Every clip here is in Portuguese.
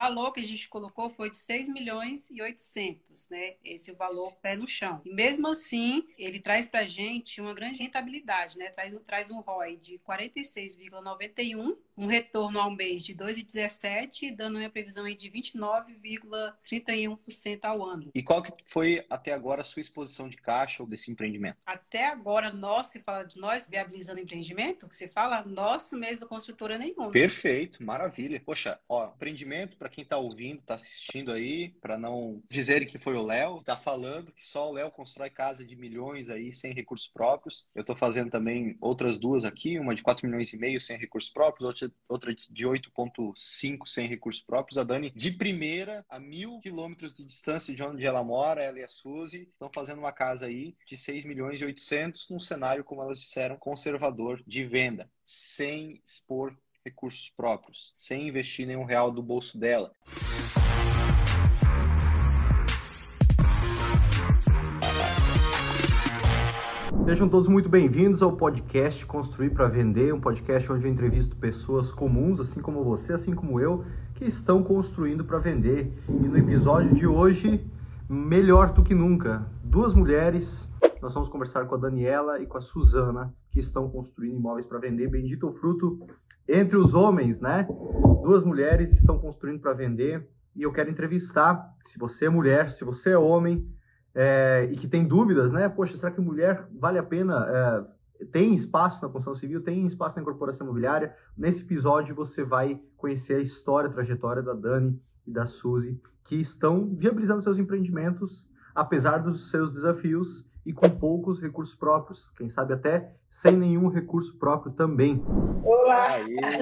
valor que a gente colocou foi de 6.800.000, né? Esse é o valor pé no chão. E mesmo assim, ele traz para a gente uma grande rentabilidade, né? Traz um ROI de 46,91, um retorno ao mês de 2,17, dando uma previsão aí de 29,31% ao ano. E qual que foi até agora a sua exposição de caixa ou desse empreendimento? Até agora, você fala de nós viabilizando empreendimento, que você fala, nosso mês da construtora nenhuma. Perfeito, maravilha. Poxa, ó, empreendimento, para quem está ouvindo, está assistindo aí, para não dizerem que foi o Léo, tá falando que só o Léo constrói casa de milhões aí sem recursos próprios. Eu estou fazendo também outras duas aqui, uma de 4,5 milhões sem recursos próprios, outra de 8,5 sem recursos próprios. A Dani, de primeira, a 1.000 quilômetros de distância de onde ela mora, ela e a Suzy, estão fazendo uma casa aí de 6.800.000 num cenário, como elas disseram, conservador de venda, sem expor recursos próprios, sem investir nenhum real do bolso dela. Sejam todos muito bem-vindos ao podcast Construir para Vender, um podcast onde eu entrevisto pessoas comuns, assim como você, assim como eu, que estão construindo para vender. E no episódio de hoje, melhor do que nunca, duas mulheres. Nós vamos conversar com a Daniela e com a Suzana, que estão construindo imóveis para vender. Bendito o fruto entre os homens, né? Duas mulheres estão construindo para vender e eu quero entrevistar, se você é mulher, se você é homem, e que tem dúvidas, né? Poxa, será que mulher vale a pena? Tem espaço na construção civil? Tem espaço na incorporação imobiliária? Nesse episódio você vai conhecer a história, a trajetória da Dani e da Suzy, que estão viabilizando seus empreendimentos, apesar dos seus desafios e com poucos recursos próprios, quem sabe até sem nenhum recurso próprio também. Olá!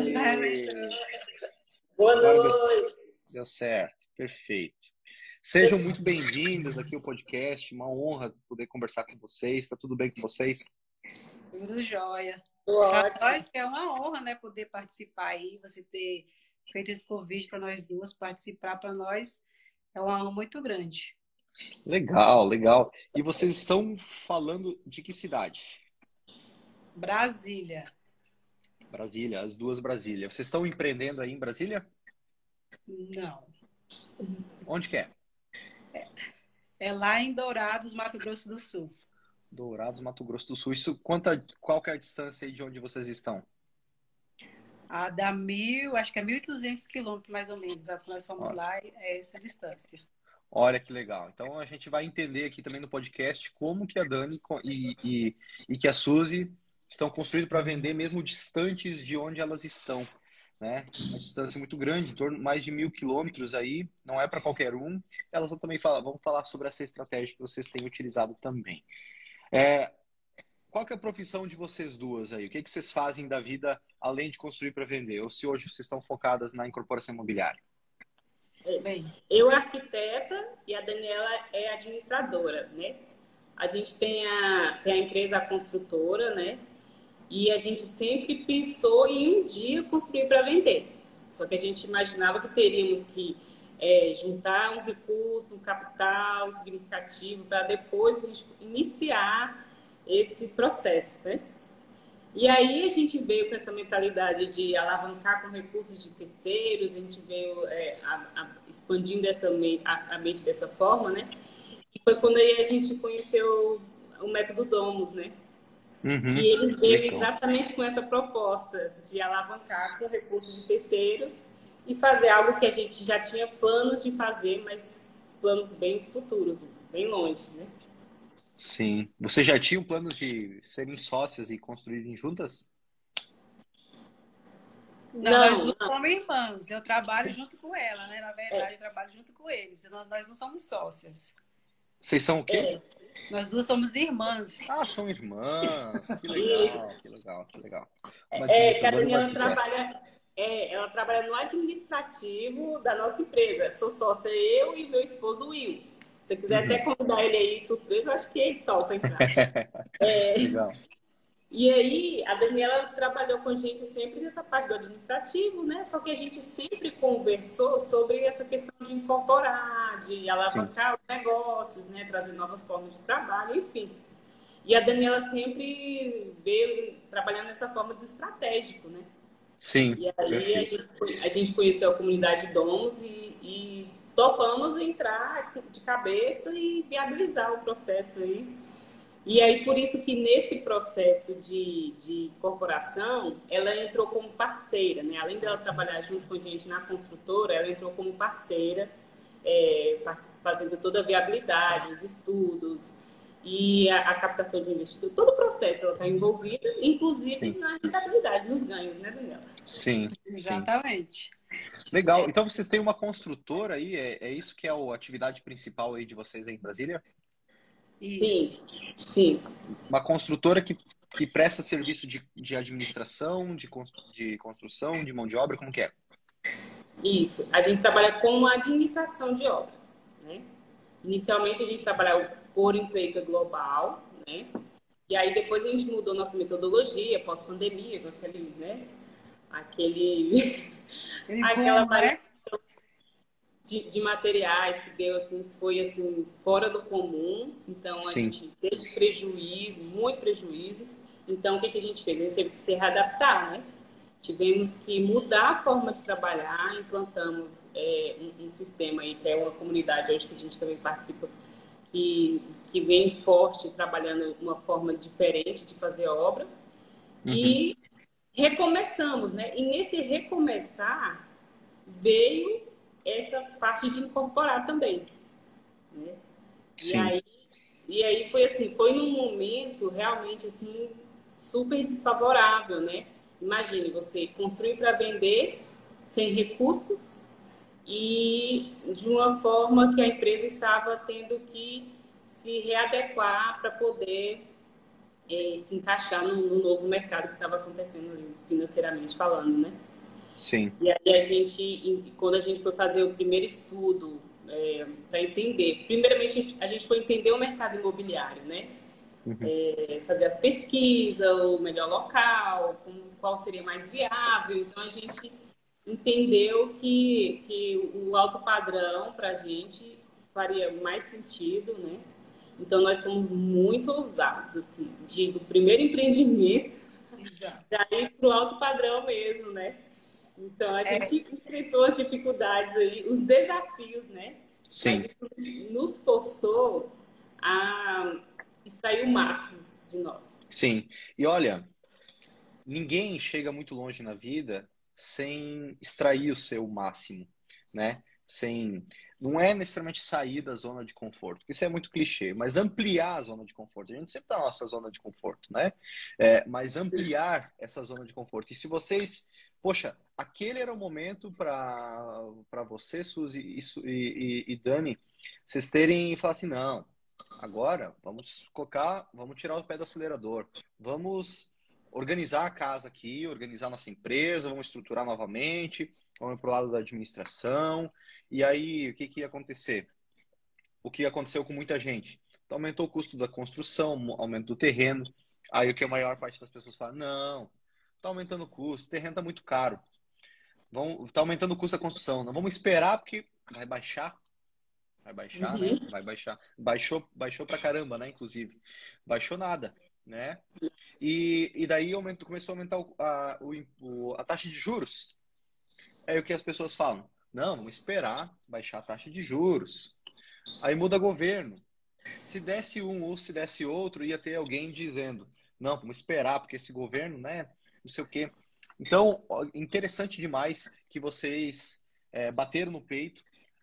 Boa noite! Deu certo, perfeito. Sejam muito bem-vindas aqui ao podcast, uma honra poder conversar com vocês. Está tudo bem com vocês? Tudo jóia. Para nós é uma honra, né, poder participar aí, você ter feito esse convite para nós duas participar, para nós é uma honra muito grande. Legal, legal. E vocês estão falando de que cidade? Brasília. Brasília, as duas Brasília. Vocês estão empreendendo aí em Brasília? Não. Onde que é? É lá em Dourados, Mato Grosso do Sul. Dourados, Mato Grosso do Sul. Isso, qual que é a distância aí de onde vocês estão? Dá acho que é 1.200 quilômetros, mais ou menos. Nós fomos lá, é essa distância. Olha que legal. Então a gente vai entender aqui também no podcast como que a Dani e que a Suzy estão construindo para vender mesmo distantes de onde elas estão, né? Uma distância muito grande, em torno de mais de 1.000 quilômetros aí, não é para qualquer um. Elas também vão falar sobre essa estratégia que vocês têm utilizado também. Qual que é a profissão de vocês duas aí? O que vocês fazem da vida além de construir para vender? Ou se hoje vocês estão focadas na incorporação imobiliária? Bem, eu arquiteta e a Daniela é administradora, né? A gente tem a empresa construtora, né? E a gente sempre pensou em um dia construir para vender. Só que a gente imaginava que teríamos que juntar um recurso, um capital significativo para depois a gente iniciar esse processo, né? E aí a gente veio com essa mentalidade de alavancar com recursos de terceiros, a gente veio expandindo a mente dessa forma, né? E foi quando aí a gente conheceu o método Domus, né? Uhum. E ele veio exatamente com essa proposta de alavancar com recursos de terceiros e fazer algo que a gente já tinha planos de fazer, mas planos bem futuros, bem longe, né? Sim. Vocês já tinham planos de serem sócias e construírem juntas? Não, nós não somos irmãs. Eu trabalho junto com ela, né? Na verdade, eu trabalho junto com eles. Nós não somos sócias. Vocês são o quê? Nós duas somos irmãs. Ah, são irmãs. Que legal, Isso. que legal, que legal. Que a Daniela ela trabalha no administrativo da nossa empresa. Sou sócia eu e meu esposo Will. Se você quiser até convidar ele aí surpresa, eu acho que ele topa entrar. Legal. E aí, a Daniela trabalhou com a gente sempre nessa parte do administrativo, né? Só que a gente sempre conversou sobre essa questão de incorporar, de alavancar os negócios, né? Trazer novas formas de trabalho, enfim. E a Daniela sempre veio trabalhando nessa forma do estratégico, né? Sim, E aí perfeito. a gente conheceu a comunidade Domus e topamos entrar de cabeça e viabilizar o processo aí. E aí, por isso que nesse processo de incorporação, ela entrou como parceira, né? Além dela trabalhar junto com a gente na construtora, ela entrou como parceira, fazendo toda a viabilidade, os estudos e a captação de investidor. Todo o processo ela está envolvida, inclusive Sim, na rentabilidade, nos ganhos, né, Daniela? sim, sim. Exatamente. Legal. Então vocês têm uma construtora aí, é isso que é a atividade principal aí de vocês aí em Brasília? Isso. Sim, sim. Uma construtora que presta serviço de administração, de construção, de mão de obra, como que é? Isso. A gente trabalha com administração de obra, né? Inicialmente a gente trabalhava por emprego global, né? E aí depois a gente mudou nossa metodologia pós-pandemia, com aquele, né? Aquele, Ele aquela boom, variação né? de materiais que deu assim, foi assim fora do comum. Então a Sim. gente teve prejuízo, muito prejuízo. Então o que que a gente fez? A gente teve que se readaptar, né? Tivemos que mudar a forma de trabalhar, implantamos um sistema aí, que é uma comunidade hoje que a gente também participa, que vem forte, trabalhando uma forma diferente de fazer obra. Uhum. E recomeçamos, né? E nesse recomeçar veio essa parte de incorporar também, né? E Sim. aí, e aí foi assim, foi num momento realmente assim super desfavorável, né? Imagine você construir para vender sem recursos e de uma forma que a empresa estava tendo que se readequar para poder se encaixar no novo mercado que estava acontecendo ali, financeiramente falando, né? Sim. E aí a gente, quando a gente foi fazer o primeiro estudo para entender, primeiramente a gente foi entender o mercado imobiliário, né? Uhum. Fazer as pesquisas, o melhor local, qual seria mais viável. Então a gente entendeu que o alto padrão para a gente faria mais sentido, né? Então nós somos muito ousados, assim, do primeiro empreendimento Exato. já ir para o alto padrão mesmo, né? Então a É, gente enfrentou as dificuldades aí, os desafios, né? Mas Sim. isso nos forçou a extrair o máximo de nós. Sim. E olha, ninguém chega muito longe na vida sem extrair o seu máximo, né? Sem, não é necessariamente sair da zona de conforto, porque isso é muito clichê, mas ampliar a zona de conforto. A gente sempre tá na nossa zona de conforto, né? Mas ampliar essa zona de conforto. E se vocês, poxa, aquele era o momento para você, Suzy e Dani, vocês terem e falar assim, não, agora vamos tirar o pé do acelerador, vamos organizar a casa aqui, organizar nossa empresa, vamos estruturar novamente, vamos para o lado da administração. E aí, o que que ia acontecer? O que aconteceu com muita gente? Então, aumentou o custo da construção, aumento do terreno. Aí o que a maior parte das pessoas fala, não, está aumentando o custo, o terreno está muito caro. Está aumentando o custo da construção. Não vamos esperar porque vai baixar. Vai baixar, né? Uhum. Vai baixar. Baixou pra caramba, né? Inclusive. Baixou nada, né? E daí começou a aumentar a taxa de juros. Aí o que as pessoas falam? Não, vamos esperar baixar a taxa de juros. Aí muda governo. Se desse um ou se desse outro, ia ter alguém dizendo: não, vamos esperar, porque esse governo, né? Não sei o quê. Então, interessante demais que vocês bateram no peito.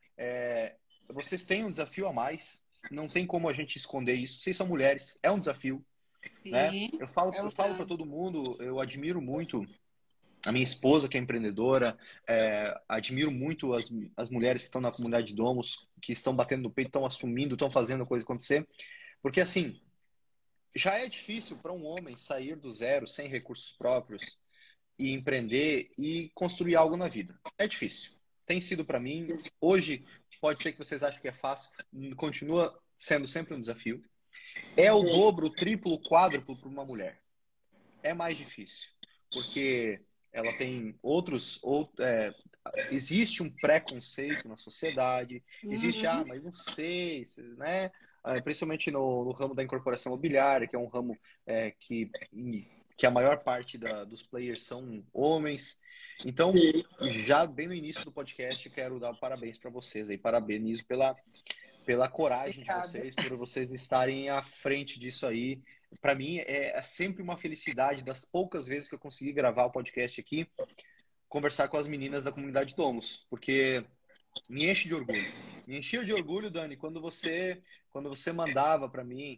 Vocês têm um desafio a mais. Não tem como a gente esconder isso. Vocês são mulheres, é um desafio, né? sim, é Eu o falo para todo mundo, eu admiro muito a minha esposa, que é empreendedora, admiro muito as mulheres que estão na comunidade de Domus, que estão batendo no peito, estão assumindo, estão fazendo a coisa acontecer. Porque, assim, já é difícil para um homem sair do zero, sem recursos próprios, e empreender e construir algo na vida. É difícil. Tem sido para mim. Hoje, pode ser que vocês achem que é fácil, continua sendo sempre um desafio. É o dobro, o triplo, o quádruplo para uma mulher. É mais difícil, porque ela tem existe um preconceito na sociedade, existe, Uhum. mas não sei, né? Principalmente no ramo da incorporação imobiliária, que é um ramo que a maior parte dos players são homens, Então, já bem no início do podcast, quero dar parabéns para vocês aí. Parabenizo pela coragem de vocês, por vocês estarem à frente disso aí. Para mim, é sempre uma felicidade, das poucas vezes que eu consegui gravar o podcast aqui, conversar com as meninas da comunidade Domus, porque me enche de orgulho. Me enchia de orgulho, Dani, quando você mandava para mim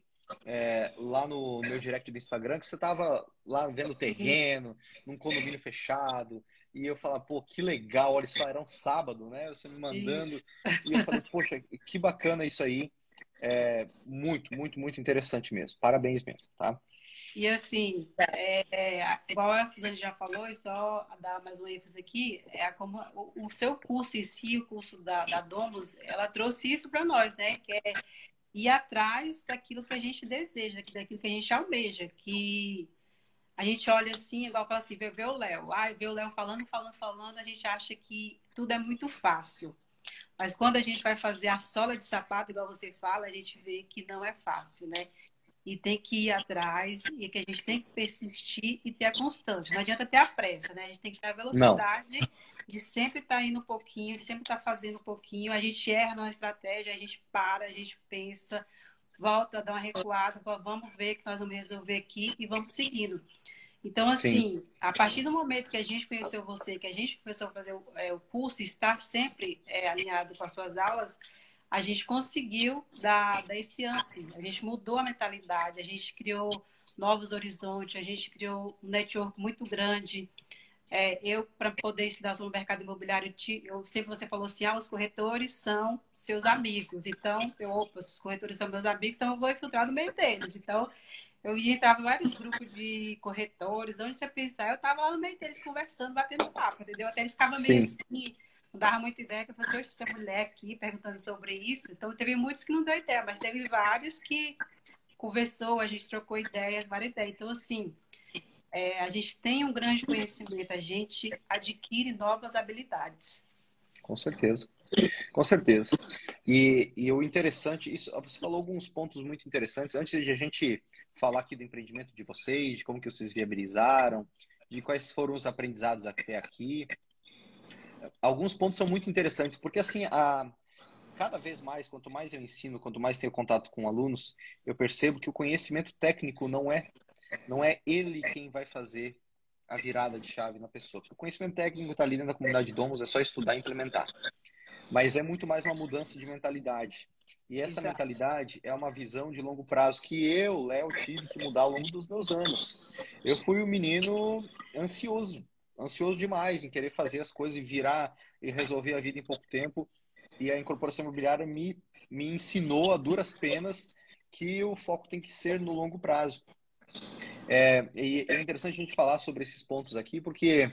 lá no meu direct do Instagram, que você tava lá vendo terreno, num condomínio fechado, e eu falava, pô, que legal, olha só, era um sábado, né? Você me mandando, Isso. e eu falei, poxa, que bacana isso aí. Muito, muito, muito interessante mesmo. Parabéns mesmo, tá? E assim, igual a Suzane já falou, e só dar mais uma ênfase aqui, como o seu curso em si, o curso da Domus, ela trouxe isso para nós, né? Que é ir atrás daquilo que a gente deseja, daquilo que a gente almeja, que a gente olha assim, igual fala assim, vê o Léo, vê o Léo falando, a gente acha que tudo é muito fácil. Mas quando a gente vai fazer a sola de sapato, igual você fala, a gente vê que não é fácil, né? E tem que ir atrás, e que a gente tem que persistir e ter a constância. Não adianta ter a pressa, né? A gente tem que ter a Não. velocidade de sempre estar indo um pouquinho, de sempre estar fazendo um pouquinho. A gente erra na estratégia, a gente para, a gente pensa, volta, dá uma recuada, vamos ver o que nós vamos resolver aqui e vamos seguindo. Então, assim, Sim. a partir do momento que a gente conheceu você, que a gente começou a fazer o curso, estar sempre alinhado com as suas aulas, a gente conseguiu dar esse up. A gente mudou a mentalidade, a gente criou novos horizontes, a gente criou um network muito grande. Para poder ensinar sobre o mercado imobiliário, sempre você falou assim, os corretores são seus amigos. Então, os corretores são meus amigos, então eu vou infiltrar no meio deles. Então, eu entrava em vários grupos de corretores, onde você pensar, eu estava lá no meio deles conversando, batendo papo, entendeu? Até eles ficavam meio assim, não dava muita ideia, que eu falei assim, essa mulher aqui perguntando sobre isso. Então, teve muitos que não deu ideia, mas teve vários que conversou, a gente trocou ideias, várias ideias. Então, assim, a gente tem um grande conhecimento, a gente adquire novas habilidades. Com certeza. Com certeza. E o interessante, você falou alguns pontos muito interessantes. Antes de a gente falar aqui do empreendimento de vocês, de como que vocês viabilizaram, de quais foram os aprendizados até aqui, alguns pontos são muito interessantes, porque assim, cada vez mais, quanto mais eu ensino, quanto mais tenho contato com alunos, eu percebo que o conhecimento técnico não é ele quem vai fazer a virada de chave na pessoa. O conhecimento técnico está ali dentro da comunidade Domus, é só estudar e implementar. Mas é muito mais uma mudança de mentalidade. E essa Exato. mentalidade é uma visão de longo prazo que eu, Léo, tive que mudar ao longo dos meus anos. Eu fui um menino ansioso demais em querer fazer as coisas e virar e resolver a vida em pouco tempo. E a incorporação imobiliária me ensinou a duras penas que o foco tem que ser no longo prazo. E é interessante a gente falar sobre esses pontos aqui, porque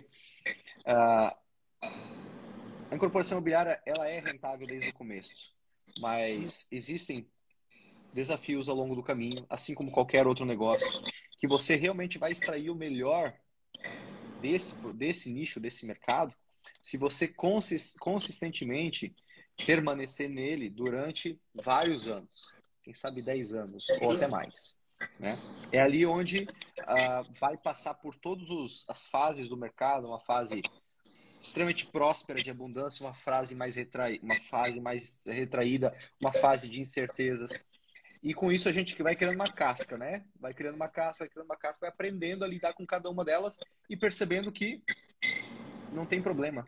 a incorporação imobiliária ela é rentável desde o começo, mas existem desafios ao longo do caminho, assim como qualquer outro negócio, que você realmente vai extrair o melhor desse nicho, desse mercado, se você consistentemente permanecer nele durante vários anos, quem sabe 10 anos ou até mais. Né? É ali onde vai passar por todas as fases do mercado, uma fase extremamente próspera de abundância, uma fase mais retraída, uma fase de incertezas. E com isso a gente vai criando uma casca, né? Vai criando uma casca, vai aprendendo a lidar com cada uma delas e percebendo que não tem problema.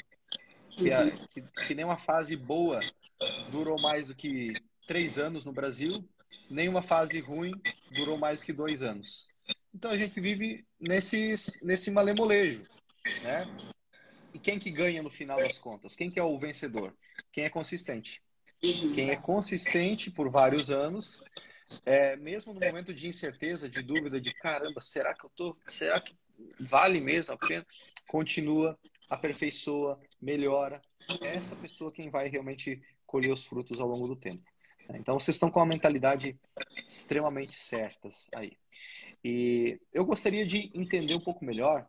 Que nem uma fase boa durou mais do que 3 anos no Brasil, nem uma fase ruim durou mais do que 2 anos. Então a gente vive nesse malemolejo, né? E quem que ganha no final das contas? Quem que é o vencedor? Quem é consistente. Quem é consistente por vários anos, mesmo no momento de incerteza, de dúvida, de caramba, será que vale mesmo a pena? Continua, aperfeiçoa, melhora. É essa pessoa quem vai realmente colher os frutos ao longo do tempo. Então, vocês estão com a mentalidade extremamente certas aí. E eu gostaria de entender um pouco melhor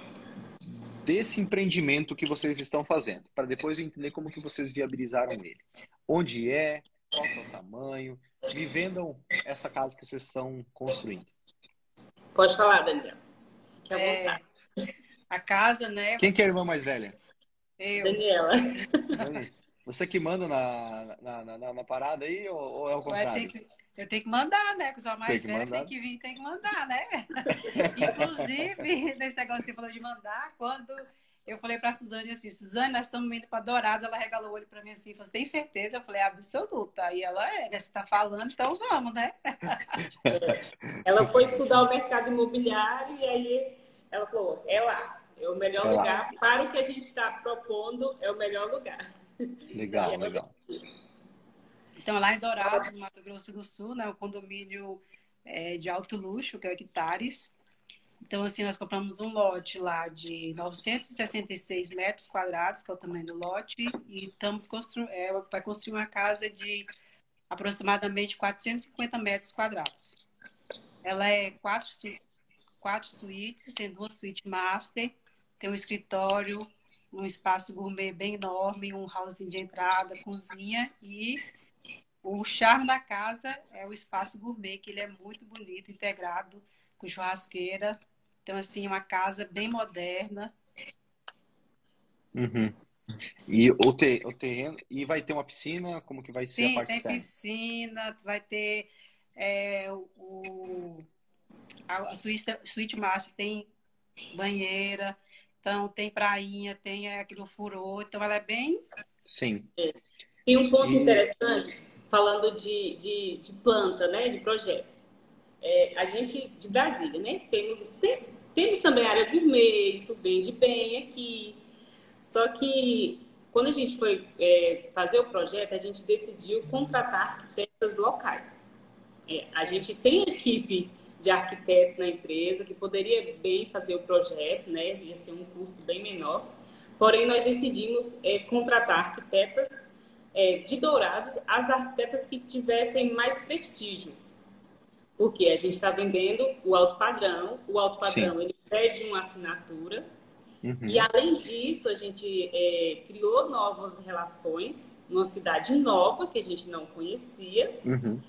desse empreendimento que vocês estão fazendo, para depois eu entender como que vocês viabilizaram ele. Onde é, qual é o tamanho, me vendam essa casa que vocês estão construindo. Pode falar, Daniel. Fique à vontade. a casa, né? Quem que é a irmã mais velha? Eu. Daniela. Dani, você que manda na parada aí ou é o contrário? Eu tenho que mandar, né? Que os Tem mais que velhos mandar. tem que vir, tem que mandar, né? Inclusive, nesse negócio que você falou de mandar, quando eu falei pra Suzane assim, Suzane, nós estamos indo para Dourados, ela regalou o olho para mim assim, você tem certeza? Eu falei, absoluta. Aí ela, né? Você tá falando, então vamos, né? Ela foi estudar o mercado imobiliário e aí ela falou, é lá, é o melhor É lá. lugar para o que a gente está propondo, é o melhor lugar. Legal, legal. Então, lá em Dourados, Mato Grosso do Sul, né? O condomínio de alto luxo, que é o Hectares. Então, assim, nós compramos um lote lá de 966 metros quadrados, que é o tamanho do lote, e estamos vai construir uma casa de aproximadamente 450 metros quadrados. Ela é quatro suítes, sendo uma suíte master, tem um escritório, um espaço gourmet bem enorme, um hallzinho de entrada, cozinha, e o charme da casa é o espaço gourmet, que ele é muito bonito, integrado com churrasqueira. Então, assim, uma casa bem moderna. Uhum. E o terreno, e vai ter uma piscina, como que vai ser a Sim, parte tem externa? piscina, vai ter a suíte master tem banheira, então tem prainha, tem aquele furor, então ela é bem... Sim. Tem um ponto E interessante, falando de planta, né, de projeto. A gente, de Brasília, né, temos também a área gourmet, isso vende bem aqui. Só que quando a gente foi fazer o projeto, a gente decidiu contratar arquitetos locais. A gente tem equipe de arquitetos na empresa que poderia bem fazer o projeto, né? Ia ser um custo bem menor. Porém, nós decidimos contratar arquitetas de Dourados, as arquitetas que tivessem mais prestígio. Porque a gente está vendendo o alto padrão. O alto sim. padrão ele pede uma assinatura. E Uhum. além disso, a gente criou novas relações numa cidade nova que a gente não conhecia. Uhum.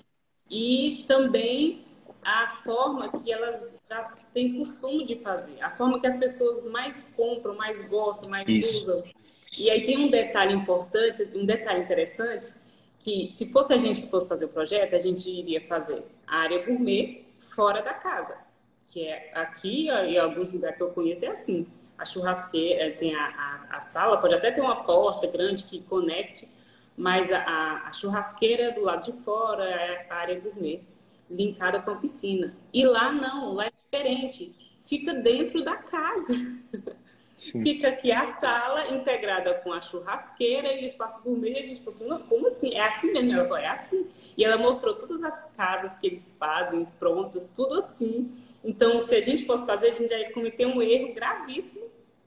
E também a forma que elas já têm costume de fazer, a forma que as pessoas mais compram, mais gostam, mais Isso. usam. E aí tem um detalhe importante, um detalhe interessante, que se fosse a gente que fosse fazer o projeto, a gente iria fazer a área gourmet fora da casa, que é aqui e alguns lugares que eu conheço é assim. A churrasqueira, tem a sala, pode até ter uma porta grande que conecte, mas a churrasqueira do lado de fora é a área gourmet, linkada com a piscina. E lá não, lá é diferente. Fica dentro da casa. Sim. Fica aqui a sala integrada com a churrasqueira e o espaço gourmet. A gente falou assim, não, como assim? É assim mesmo? Ela falou, é assim. E ela mostrou todas as casas que eles fazem, prontas, tudo assim. Então, se a gente fosse fazer, a gente já ia cometer um erro gravíssimo,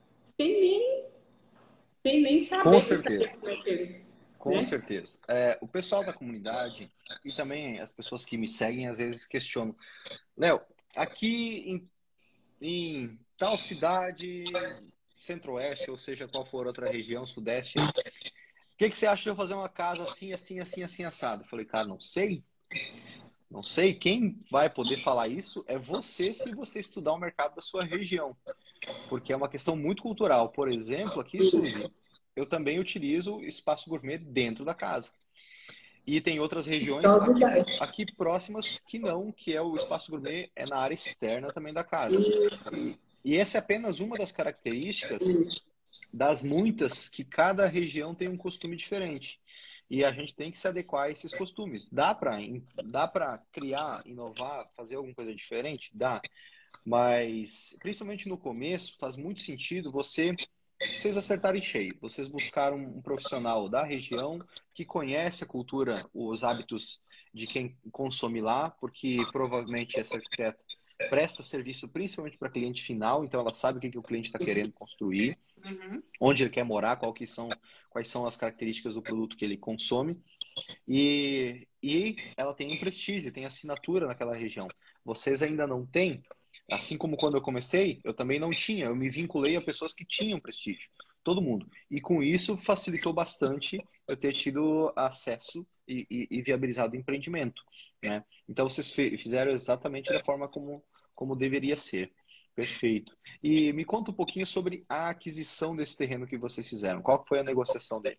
sem nem saber Com que certeza. cometer. Com certeza. O pessoal da comunidade e também as pessoas que me seguem às vezes questionam. Léo, aqui em tal cidade, centro-oeste, ou seja, qual for outra região, sudeste, o que você acha de eu fazer uma casa assim, assim, assim, assim, assado? Eu falei, cara, não sei. Não sei. Quem vai poder falar isso é você se você estudar o mercado da sua região. Porque é uma questão muito cultural. Por exemplo, aqui, Suzy, eu também utilizo espaço gourmet dentro da casa. E tem outras regiões aqui próximas que não, que é o espaço gourmet é na área externa também da casa. E essa é apenas uma das características das muitas que cada região tem um costume diferente. E a gente tem que se adequar a esses costumes. Dá para criar, inovar, fazer alguma coisa diferente? Dá. Mas, principalmente no começo, faz muito sentido vocês acertarem cheio. Vocês buscaram um profissional da região que conhece a cultura, os hábitos de quem consome lá, porque provavelmente essa arquiteta presta serviço principalmente para cliente final, então ela sabe o que o cliente está querendo construir, onde ele quer morar, quais são as características do produto que ele consome. E ela tem um prestígio, tem assinatura naquela região. Vocês ainda não têm? Assim como quando eu comecei, eu também não tinha. Eu me vinculei a pessoas que tinham prestígio. Todo mundo. E com isso facilitou bastante eu ter tido acesso e viabilizado o empreendimento. Né? Então vocês fizeram exatamente da forma como deveria ser. Perfeito. E me conta um pouquinho sobre a aquisição desse terreno que vocês fizeram. Qual que foi a negociação dele?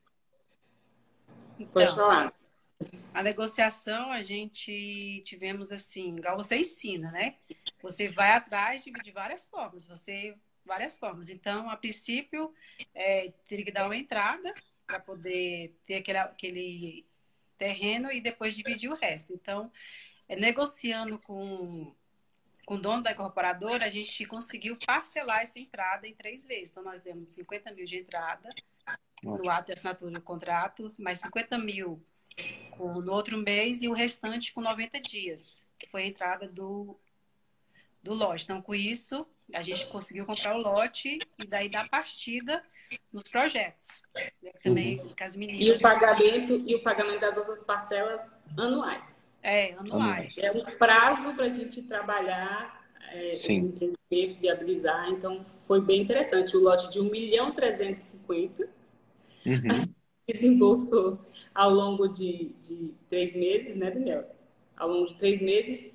Pode Então, falar. a negociação a gente tivemos assim, igual você ensina, né? Você vai atrás de várias formas, várias formas. Então, a princípio, teria que dar uma entrada para poder ter aquele terreno e depois dividir o resto. Então, negociando com o dono da incorporadora, a gente conseguiu parcelar essa entrada em 3 vezes. Então, nós demos 50 mil de entrada no ato de assinatura do contrato, mais 50 mil no outro mês e o restante com 90 dias, que foi a entrada do lote. Então, com isso, a gente conseguiu comprar o lote e daí dar partida nos projetos. Né? Também com as meninas. E o pagamento das outras parcelas anuais. Anuais. É um prazo para a gente trabalhar o Sim. empreendimento, viabilizar. Então, foi bem interessante. O lote de 1.350.000 desembolsou ao longo de 3 meses, né, Daniel? Ao longo de 3 meses,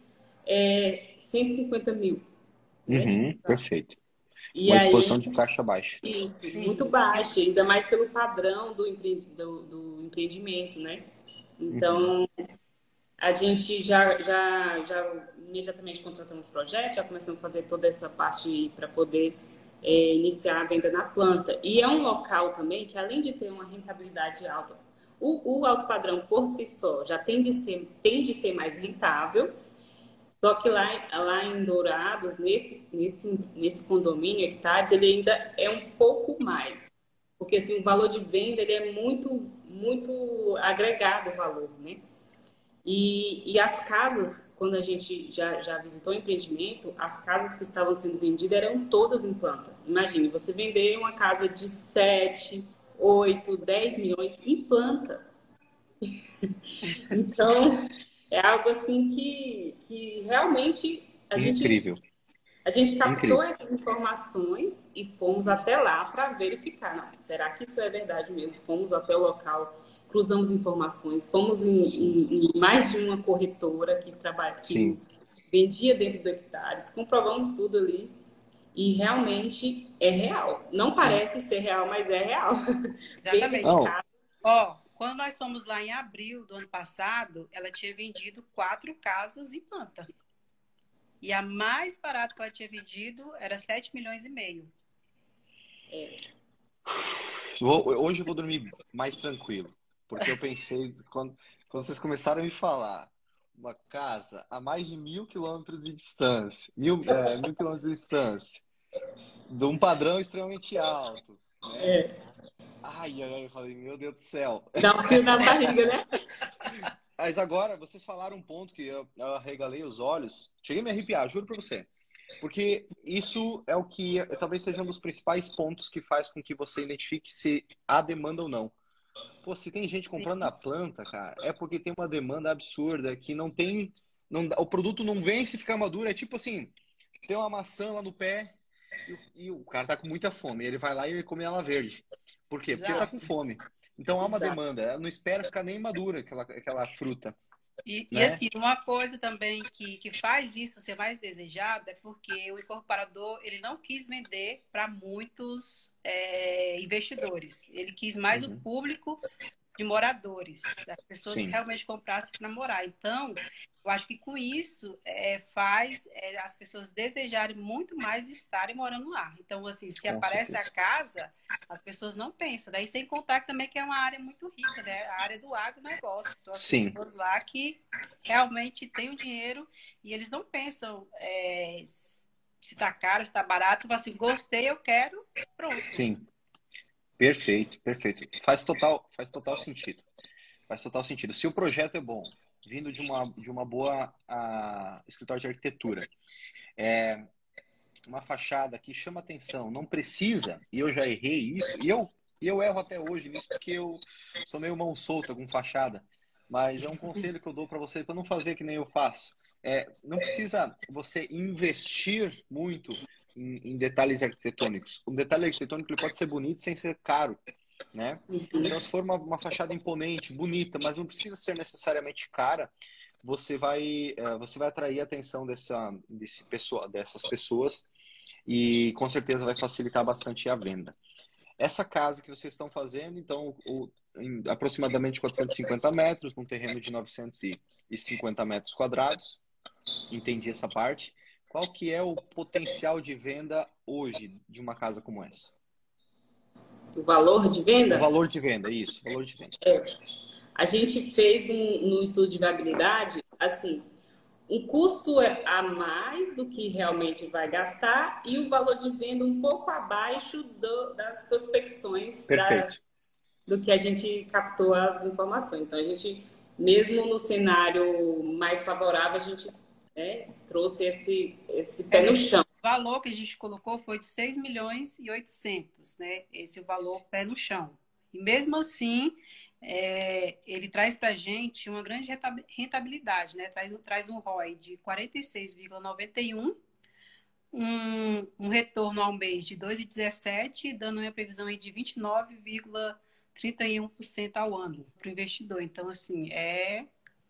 150 mil. Né? Perfeito. E uma aí, exposição de caixa baixa. Isso, Sim. muito baixa, ainda mais pelo padrão do empreendimento, né? Então, a gente já imediatamente contratamos projetos, já começamos a fazer toda essa parte para poder iniciar a venda na planta. E é um local também que, além de ter uma rentabilidade alta, o alto padrão por si só já tende a ser mais rentável. Só que lá em Dourados, nesse condomínio, hectares, ele ainda é um pouco mais. Porque assim, o valor de venda ele é muito, muito agregado o valor, né? E as casas, quando a gente já visitou o empreendimento, as casas que estavam sendo vendidas eram todas em planta. Imagine, você vender uma casa de 7, 8, 10 milhões em planta. Então, é algo assim que realmente a gente captou essas informações e fomos até lá para verificar. Não, será que isso é verdade mesmo? Fomos até o local, cruzamos informações, fomos em mais de uma corretora que vendia dentro do hectares, comprovamos tudo ali e realmente é real. Não parece ser real, mas é real. Exatamente. Quando nós fomos lá em abril do ano passado, ela tinha vendido 4 casas em planta. E a mais barata que ela tinha vendido era 7,5 milhões. Hoje eu vou dormir mais tranquilo. Porque eu pensei, quando vocês começaram a me falar, uma casa a mais de 1.000 quilômetros de distância, 1.000 quilômetros de distância, de um padrão extremamente alto, né? Ai, eu falei, meu Deus do céu. Dá um frio na barriga, né? Mas agora, vocês falaram um ponto que eu arregalei os olhos. Cheguei a me arrepiar, juro pra você. Porque isso é o que talvez seja um dos principais pontos que faz com que você identifique se há demanda ou não. Pô, se tem gente comprando na planta, cara, é porque tem uma demanda absurda que não tem... o produto não vem se ficar maduro. É tipo assim, tem uma maçã lá no pé e o cara tá com muita fome. Ele vai lá e ele come ela verde. Por quê? Porque ele tá com fome. Então há uma demanda. Ela não espera ficar nem madura aquela fruta. E assim, uma coisa também que faz isso ser mais desejado é porque o incorporador ele não quis vender para muitos investidores. Ele quis mais o público de moradores, das pessoas que realmente comprassem para morar. Então, eu acho que com isso faz as pessoas desejarem muito mais estarem morando lá. Então, assim, se aparece a casa, as pessoas não pensam. Daí, sem contar também que é uma área muito rica, né? A área do agronegócio. São as pessoas lá que realmente têm o dinheiro e eles não pensam se está caro, se está barato. Falam assim, gostei, eu quero, pronto. Sim. Perfeito, perfeito. Faz total sentido. Faz total sentido. Se o projeto é bom, vindo de uma boa escritório de arquitetura, uma fachada que chama atenção, não precisa, e eu já errei isso, e eu erro até hoje nisso, porque eu sou meio mão solta com fachada, mas é um conselho que eu dou para você, para não fazer que nem eu faço. Não precisa você investir muito em detalhes arquitetônicos. Um detalhe arquitetônico ele pode ser bonito sem ser caro, né? Então, se for uma fachada imponente, bonita, mas não precisa ser necessariamente cara, você vai atrair a atenção dessas pessoas e com certeza vai facilitar bastante a venda. Essa casa que vocês estão fazendo, então, em aproximadamente 450 metros, num terreno de 950 metros quadrados, entendi essa parte. Qual que é o potencial de venda hoje de uma casa como essa? O valor de O venda? valor de venda, isso, valor de venda. A gente fez no estudo de viabilidade, assim, um custo a mais do que realmente vai gastar e o valor de venda um pouco abaixo das prospecções do que a gente captou as informações. Então, a gente, mesmo no cenário mais favorável, a gente trouxe esse pé no chão. O valor que a gente colocou foi de 6 milhões e 800, né? Esse é o valor pé no chão. E mesmo assim, ele traz para a gente uma grande rentabilidade, né? Traz um ROI de 46,91, um retorno ao mês de 2,17, dando uma previsão aí de 29,31% ao ano para o investidor. Então, assim, é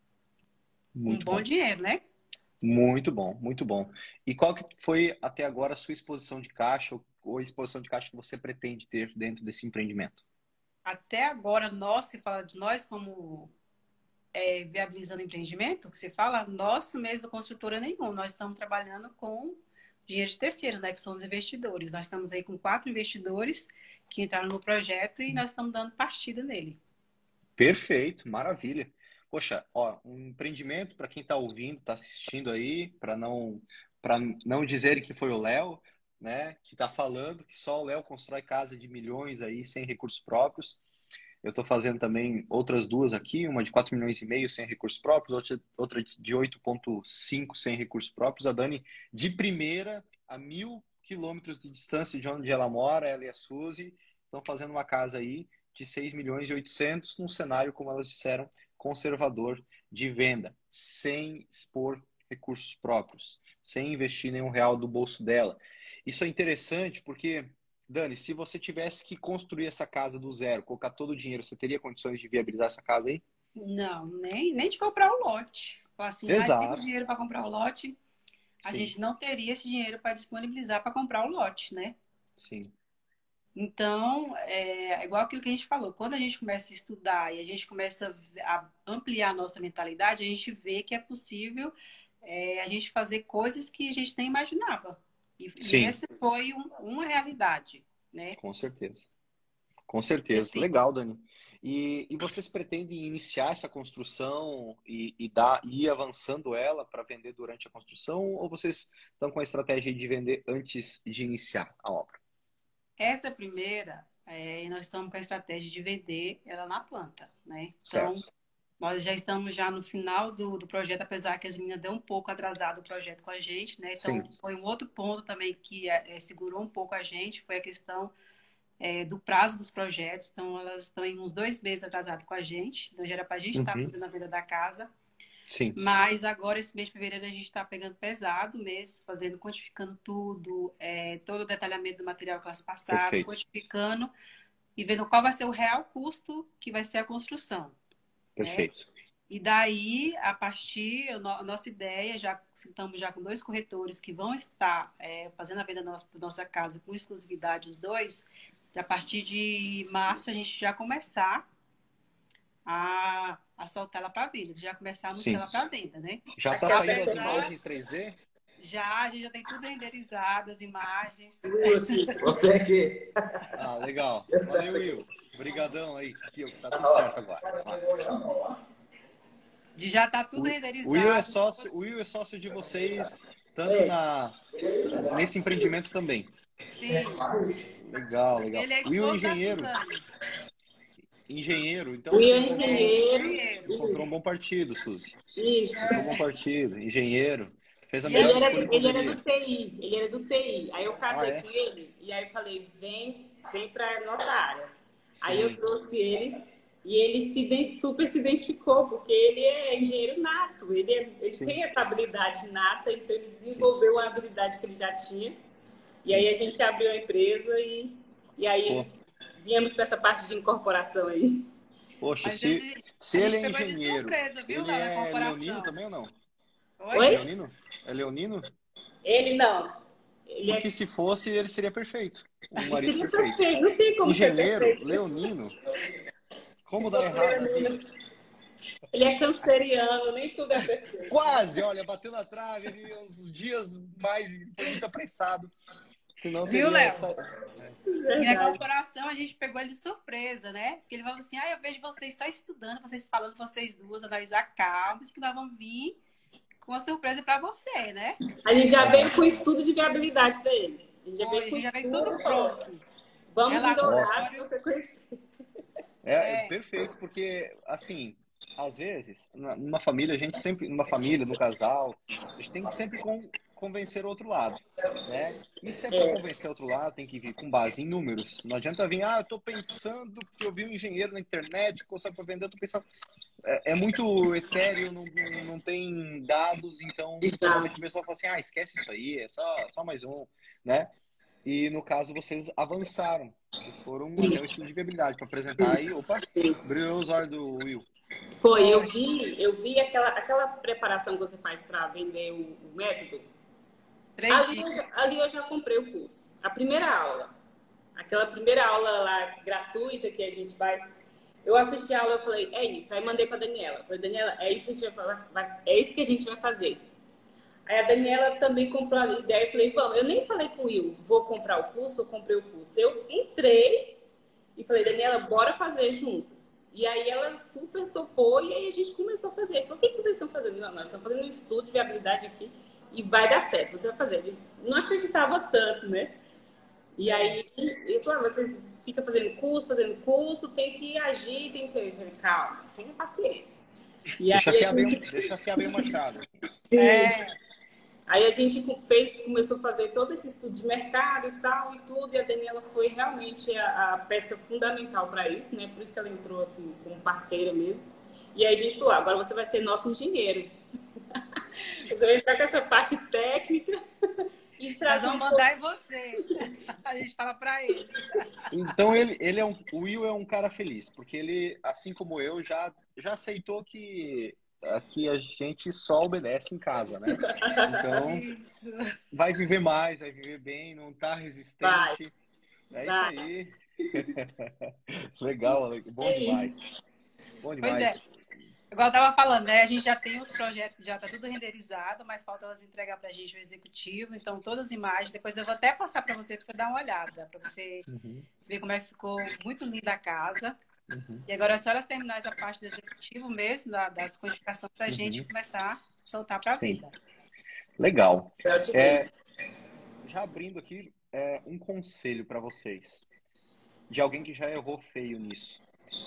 Muito um bom dinheiro, né? Muito bom, muito bom. E qual que foi até agora a sua exposição de caixa ou a exposição de caixa que você pretende ter dentro desse empreendimento? Até agora, se fala de nós como viabilizando empreendimento, que você fala, nosso mês da construtora nenhum. Nós estamos trabalhando com dinheiro de terceiro, né? Que são os investidores. Nós estamos aí com 4 investidores que entraram no projeto e nós estamos dando partida nele. Perfeito, maravilha. Poxa, ó, um empreendimento para quem está ouvindo, está assistindo aí, para não dizerem que foi o Léo, né, que está falando que só o Léo constrói casa de milhões aí sem recursos próprios. Eu estou fazendo também outras duas aqui, uma de 4 milhões e meio sem recursos próprios, outra de 8,5 sem recursos próprios. A Dani, de primeira, a 1.000 quilômetros de distância de onde ela mora, ela e a Suzy, estão fazendo uma casa aí de 6 milhões e 800, num cenário, como elas disseram, conservador de venda, sem expor recursos próprios, sem investir nenhum real do bolso dela. Isso é interessante porque, Dani, se você tivesse que construir essa casa do zero, colocar todo o dinheiro, você teria condições de viabilizar essa casa aí? Não, nem de comprar o lote. Assim, Exato. tem dinheiro para comprar o lote, a gente não teria esse dinheiro para disponibilizar para comprar o lote, né? Sim. Então, é igual aquilo que a gente falou. Quando a gente começa a estudar e a gente começa a ampliar a nossa mentalidade, a gente vê que é possível a gente fazer coisas que a gente nem imaginava. E essa foi uma realidade, né? Com certeza. Com certeza. Legal, Dani. E vocês pretendem iniciar essa construção e ir avançando ela para vender durante a construção, ou vocês estão com a estratégia de vender antes de iniciar a obra? Essa primeira, nós estamos com a estratégia de vender ela na planta, né? Então, nós já estamos no final do projeto, apesar que as meninas deu um pouco atrasado o projeto com a gente, né? Então, foi um outro ponto também que segurou um pouco a gente, foi a questão do prazo dos projetos. Então, elas estão em uns 2 meses atrasadas com a gente. Então, já era para a gente estar fazendo a venda da casa. Sim. Mas agora, esse mês de fevereiro, a gente está pegando pesado mesmo, quantificando tudo, todo o detalhamento do material que elas passaram, quantificando e vendo qual vai ser o real custo que vai ser a construção. Perfeito. Né? E daí, a partir, a nossa ideia, estamos já com 2 corretores que vão estar fazendo a venda da nossa casa com exclusividade, os 2, a partir de março a gente já começar a soltar ela para venda, já começar a anunciar ela para venda, né? Já está saindo as imagens 3D? Já, a gente já tem tudo renderizado, as imagens. Ah, legal. Valeu, Will. Obrigadão aí, que tá tudo certo agora. Já está tudo renderizado. O Will é sócio de vocês, tanto nesse empreendimento também. Sim. Legal. Ele é Will, engenheiro. Engenheiro, então Will é engenheiro. Encontrou um bom partido, Suzy. Isso. Um bom partido, engenheiro. Fez a melhor escolha que ele era poderia. do TI, ele era do TI. Aí eu casei com ele e aí eu falei, vem pra nossa área. Sim. Aí eu trouxe ele e ele super se identificou, porque ele é engenheiro nato, ele tem essa habilidade nata, então ele desenvolveu a habilidade que ele já tinha. E aí a gente abriu a empresa e aí viemos para essa parte de incorporação aí. Poxa, se ele é engenheiro, surpresa, viu, ele é leonino também ou não? Oi? É leonino? Ele não. Porque se fosse, ele seria perfeito. Um marido seria perfeito. perfeito, não tem como ser Engenheiro, perfeito. leonino. Como dar errado na vida? Ele é canceriano, nem tudo é perfeito. Quase, olha, bateu na trave, ele, uns dias mais, foi muito apressado. Senão Viu, teria Léo? essa... E na corporação a gente pegou ele de surpresa, né? Porque ele falou assim: eu vejo vocês só estudando, vocês falando, vocês duas, analisar cabos, que nós vamos vir com uma surpresa para você, né? A gente já veio com estudo de viabilidade para ele. A gente já veio tudo pronto. Vamos em Dourados para você conhecer. Perfeito, porque, assim, às vezes, numa família, a gente sempre, numa família, num casal, a gente tem que sempre convencer o outro lado, né? E se é para convencer o outro lado, tem que vir com base em números. Não adianta vir, eu tô pensando que eu vi um engenheiro na internet, consegue para vender, eu tô pensando... É muito etéreo, não tem dados, então normalmente o pessoal fala assim, esquece isso aí, é só mais um, né? E no caso vocês avançaram, vocês foram até o estudo de viabilidade para apresentar aí, brilhou os olhos do Will. Foi, eu vi aquela preparação que você faz para vender o método. Ali eu já comprei o curso. A primeira aula, aquela primeira aula lá gratuita que a gente vai... Eu assisti a aula, eu falei, é isso. Aí mandei para Daniela. Eu falei, Daniela, é isso que a gente é isso que a gente vai fazer. Aí a Daniela também comprou a ideia. Eu falei, vamos. Eu nem falei com o Will, vou comprar o curso, eu comprei o curso. Eu entrei e falei, Daniela, bora fazer junto. E aí ela super topou e aí a gente começou a fazer. Eu falei, o que vocês estão fazendo? Não, nós estamos fazendo um estudo de viabilidade aqui e vai dar certo, você vai fazer. Ele não acreditava tanto, né? E aí eu falei, vocês ficam fazendo curso, tem que agir, tem que... Calma, tenha paciência. E deixa aí afiar bem o machado. Sim. Aí a gente começou a fazer todo esse estudo de mercado e tal e tudo, e a Daniela foi realmente a peça fundamental para isso, né? Por isso que ela entrou assim como parceira mesmo. E aí a gente falou, agora você vai ser nosso engenheiro. Você vai entrar com essa parte técnica e trazer. Nós vamos mandar em você. A gente fala para ele. Então o Will é um cara feliz, porque ele, assim como eu, já aceitou que aqui a gente só obedece em casa, né? Então, vai viver mais, vai viver bem, não tá resistente. Vai. Isso aí. Legal, bom demais. Bom demais. Pois é. Igual eu tava falando, né? A gente já tem os projetos, já tá tudo renderizado, mas falta elas entregar pra gente o executivo. Então, todas as imagens, depois eu vou até passar para você dar uma olhada, para você ver como é que ficou muito linda a casa. E agora é só elas terminarem a parte do executivo mesmo, das codificações, para a gente começar a soltar para a vida. Legal. Já abrindo aqui um conselho para vocês, de alguém que já errou feio nisso.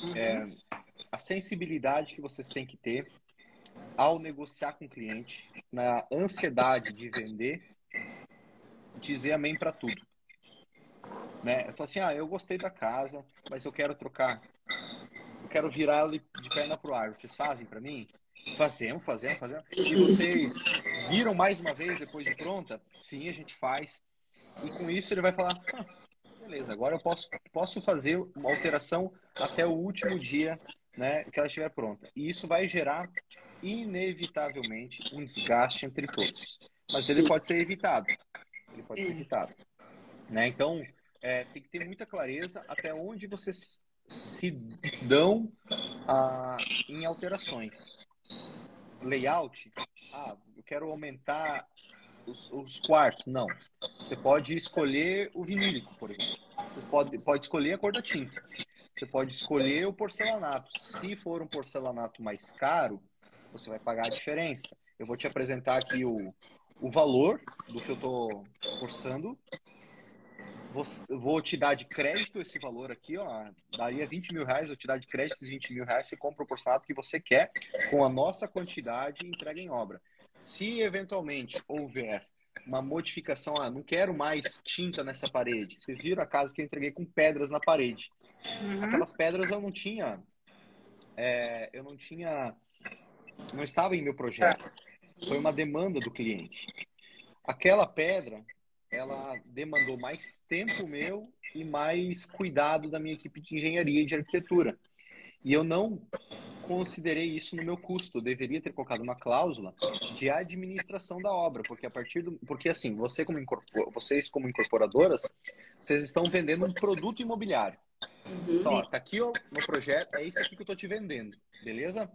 A sensibilidade que vocês têm que ter ao negociar com o cliente, na ansiedade de vender, dizer amém para tudo. Né? Eu falo assim, eu gostei da casa, mas eu quero trocar. Eu quero virar ela de perna pro ar. Vocês fazem para mim? Fazemos. E vocês viram mais uma vez depois de pronta? Sim, a gente faz. E com isso ele vai falar, beleza, agora eu posso fazer uma alteração até o último dia, né, que ela estiver pronta. E isso vai gerar, inevitavelmente, um desgaste entre todos. Mas ele pode ser evitado. Né? Então, tem que ter muita clareza até onde vocês se dão em alterações. Layout, eu quero aumentar os quartos. Não. Você pode escolher o vinílico, por exemplo. Você pode escolher a cor da tinta. Você pode escolher o porcelanato. Se for um porcelanato mais caro, você vai pagar a diferença. Eu vou te apresentar aqui o valor do que eu estou orçando. Vou te dar de crédito esse valor aqui, daria 20 mil reais, eu te dar de crédito esses 20 mil reais, você compra o porcelanato que você quer, com a nossa quantidade e entrega em obra. Se eventualmente houver uma modificação, não quero mais tinta nessa parede. Vocês viram a casa que eu entreguei com pedras na parede. Aquelas pedras eu não estava em meu projeto. Foi uma demanda do cliente. Aquela pedra, ela demandou mais tempo meu e mais cuidado da minha equipe de engenharia e de arquitetura. E eu não considerei isso no meu custo. Eu deveria ter colocado uma cláusula de administração da obra, porque porque assim, vocês como incorporadoras, vocês estão vendendo um produto imobiliário. Só, tá aqui ó, no projeto, é isso aqui que eu tô te vendendo, beleza?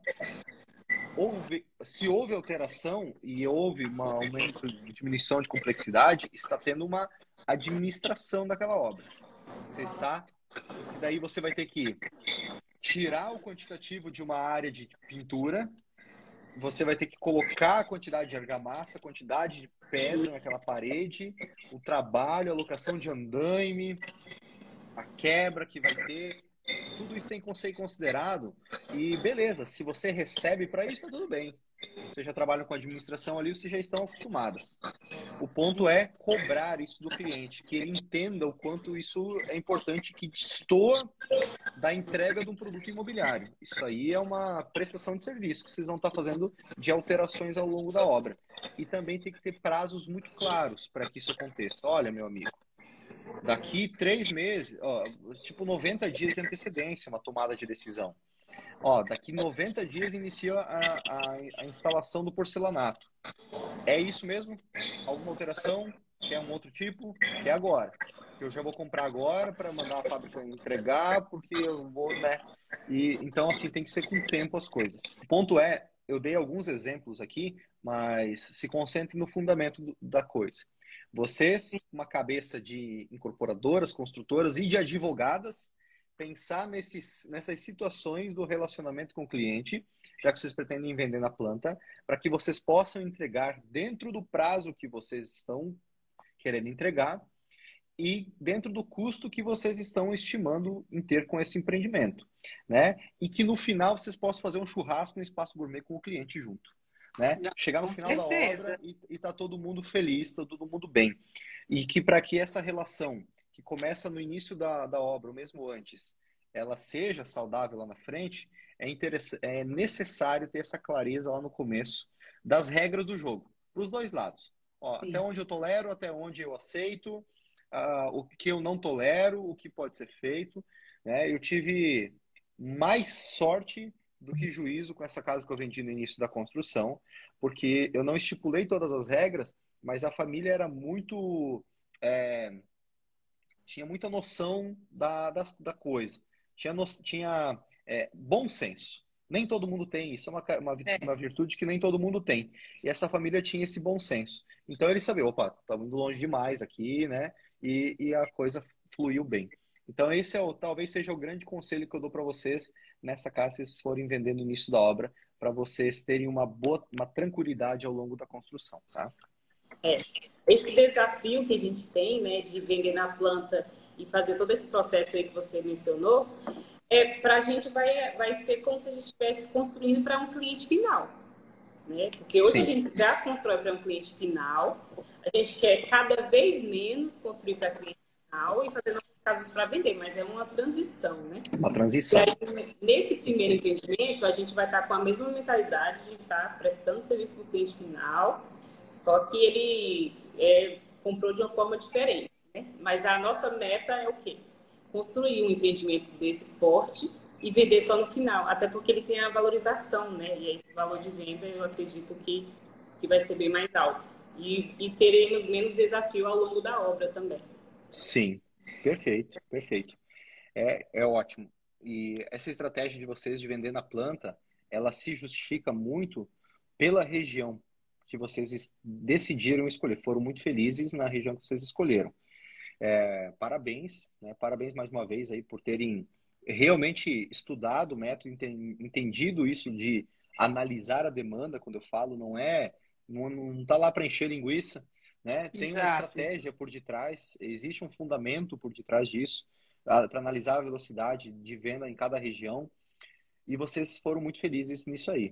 Se houve alteração e houve uma diminuição de complexidade, está tendo uma administração daquela obra. Daí você vai ter que tirar o quantitativo de uma área de pintura, você vai ter que colocar a quantidade de argamassa, a quantidade de pedra naquela parede, o trabalho, a alocação de andaime, a quebra que vai ter, tudo isso tem que ser considerado. E beleza, se você recebe para isso, tá tudo bem. Vocês já trabalham com administração ali, vocês já estão acostumadas. O ponto é cobrar isso do cliente, que ele entenda o quanto isso é importante, que destoa da entrega de um produto imobiliário. Isso aí é uma prestação de serviço que vocês vão estar fazendo de alterações ao longo da obra. E também tem que ter prazos muito claros para que isso aconteça. Olha, meu amigo, daqui 3 meses, ó, tipo 90 dias de antecedência, uma tomada de decisão. Ó, daqui 90 dias inicia a instalação do porcelanato. É isso mesmo? Alguma alteração? Quer um outro tipo? Quer agora? Eu já vou comprar agora para mandar a fábrica entregar, porque eu vou, né? Então, assim, tem que ser com tempo as coisas. O ponto é, eu dei alguns exemplos aqui, mas se concentre no fundamento da coisa. Vocês, uma cabeça de incorporadoras, construtoras e de advogadas, pensar nessas situações do relacionamento com o cliente, já que vocês pretendem vender na planta, para que vocês possam entregar dentro do prazo que vocês estão querendo entregar e dentro do custo que vocês estão estimando em ter com esse empreendimento, né? E que no final vocês possam fazer um churrasco no espaço gourmet com o cliente junto, né? Chegar no Com final certeza. da obra e tá todo mundo feliz, tá todo mundo bem. E que para que essa relação que começa no início da obra, ou mesmo antes, ela seja saudável lá na frente, é necessário ter essa clareza lá no começo das regras do jogo, para os dois lados. Ó, até onde eu tolero, até onde eu aceito, o que eu não tolero, o que pode ser feito, né? Eu tive mais sorte do que juízo com essa casa que eu vendi no início da construção, porque eu não estipulei todas as regras, mas a família era muito... tinha muita noção da coisa. Tinha bom senso. Nem todo mundo tem. Isso é uma virtude que nem todo mundo tem. E essa família tinha esse bom senso. Então eles sabiam, opa, estamos indo longe demais aqui, né? E a coisa fluiu bem. Então esse talvez seja o grande conselho que eu dou para vocês nessa casa, se vocês forem vender no início da obra, para vocês terem uma tranquilidade ao longo da construção, tá? Esse desafio que a gente tem, né, de vender na planta e fazer todo esse processo aí que você mencionou, para a gente vai ser como se a gente estivesse construindo para um cliente final, né? Porque hoje a gente já constrói para um cliente final, a gente quer cada vez menos construir para cliente final e fazer nossas casas para vender, mas é uma transição, né? Uma transição. E aí, nesse primeiro empreendimento, a gente vai estar com a mesma mentalidade de estar prestando serviço para o cliente final, só que ele comprou de uma forma diferente, né? Mas a nossa meta é o quê? Construir um empreendimento desse porte e vender só no final, até porque ele tem a valorização, né? E esse valor de venda eu acredito que vai ser bem mais alto. E teremos menos desafio ao longo da obra também. Sim, perfeito, perfeito. É ótimo. E essa estratégia de vocês de vender na planta, ela se justifica muito pela região que vocês decidiram escolher. Foram muito felizes na região que vocês escolheram. Parabéns, né? Parabéns mais uma vez aí por terem realmente estudado o método, entendido isso de analisar a demanda, quando eu falo, não tá lá para encher linguiça, né? Tem uma estratégia por detrás, existe um fundamento por detrás disso, para analisar a velocidade de venda em cada região, e vocês foram muito felizes nisso aí.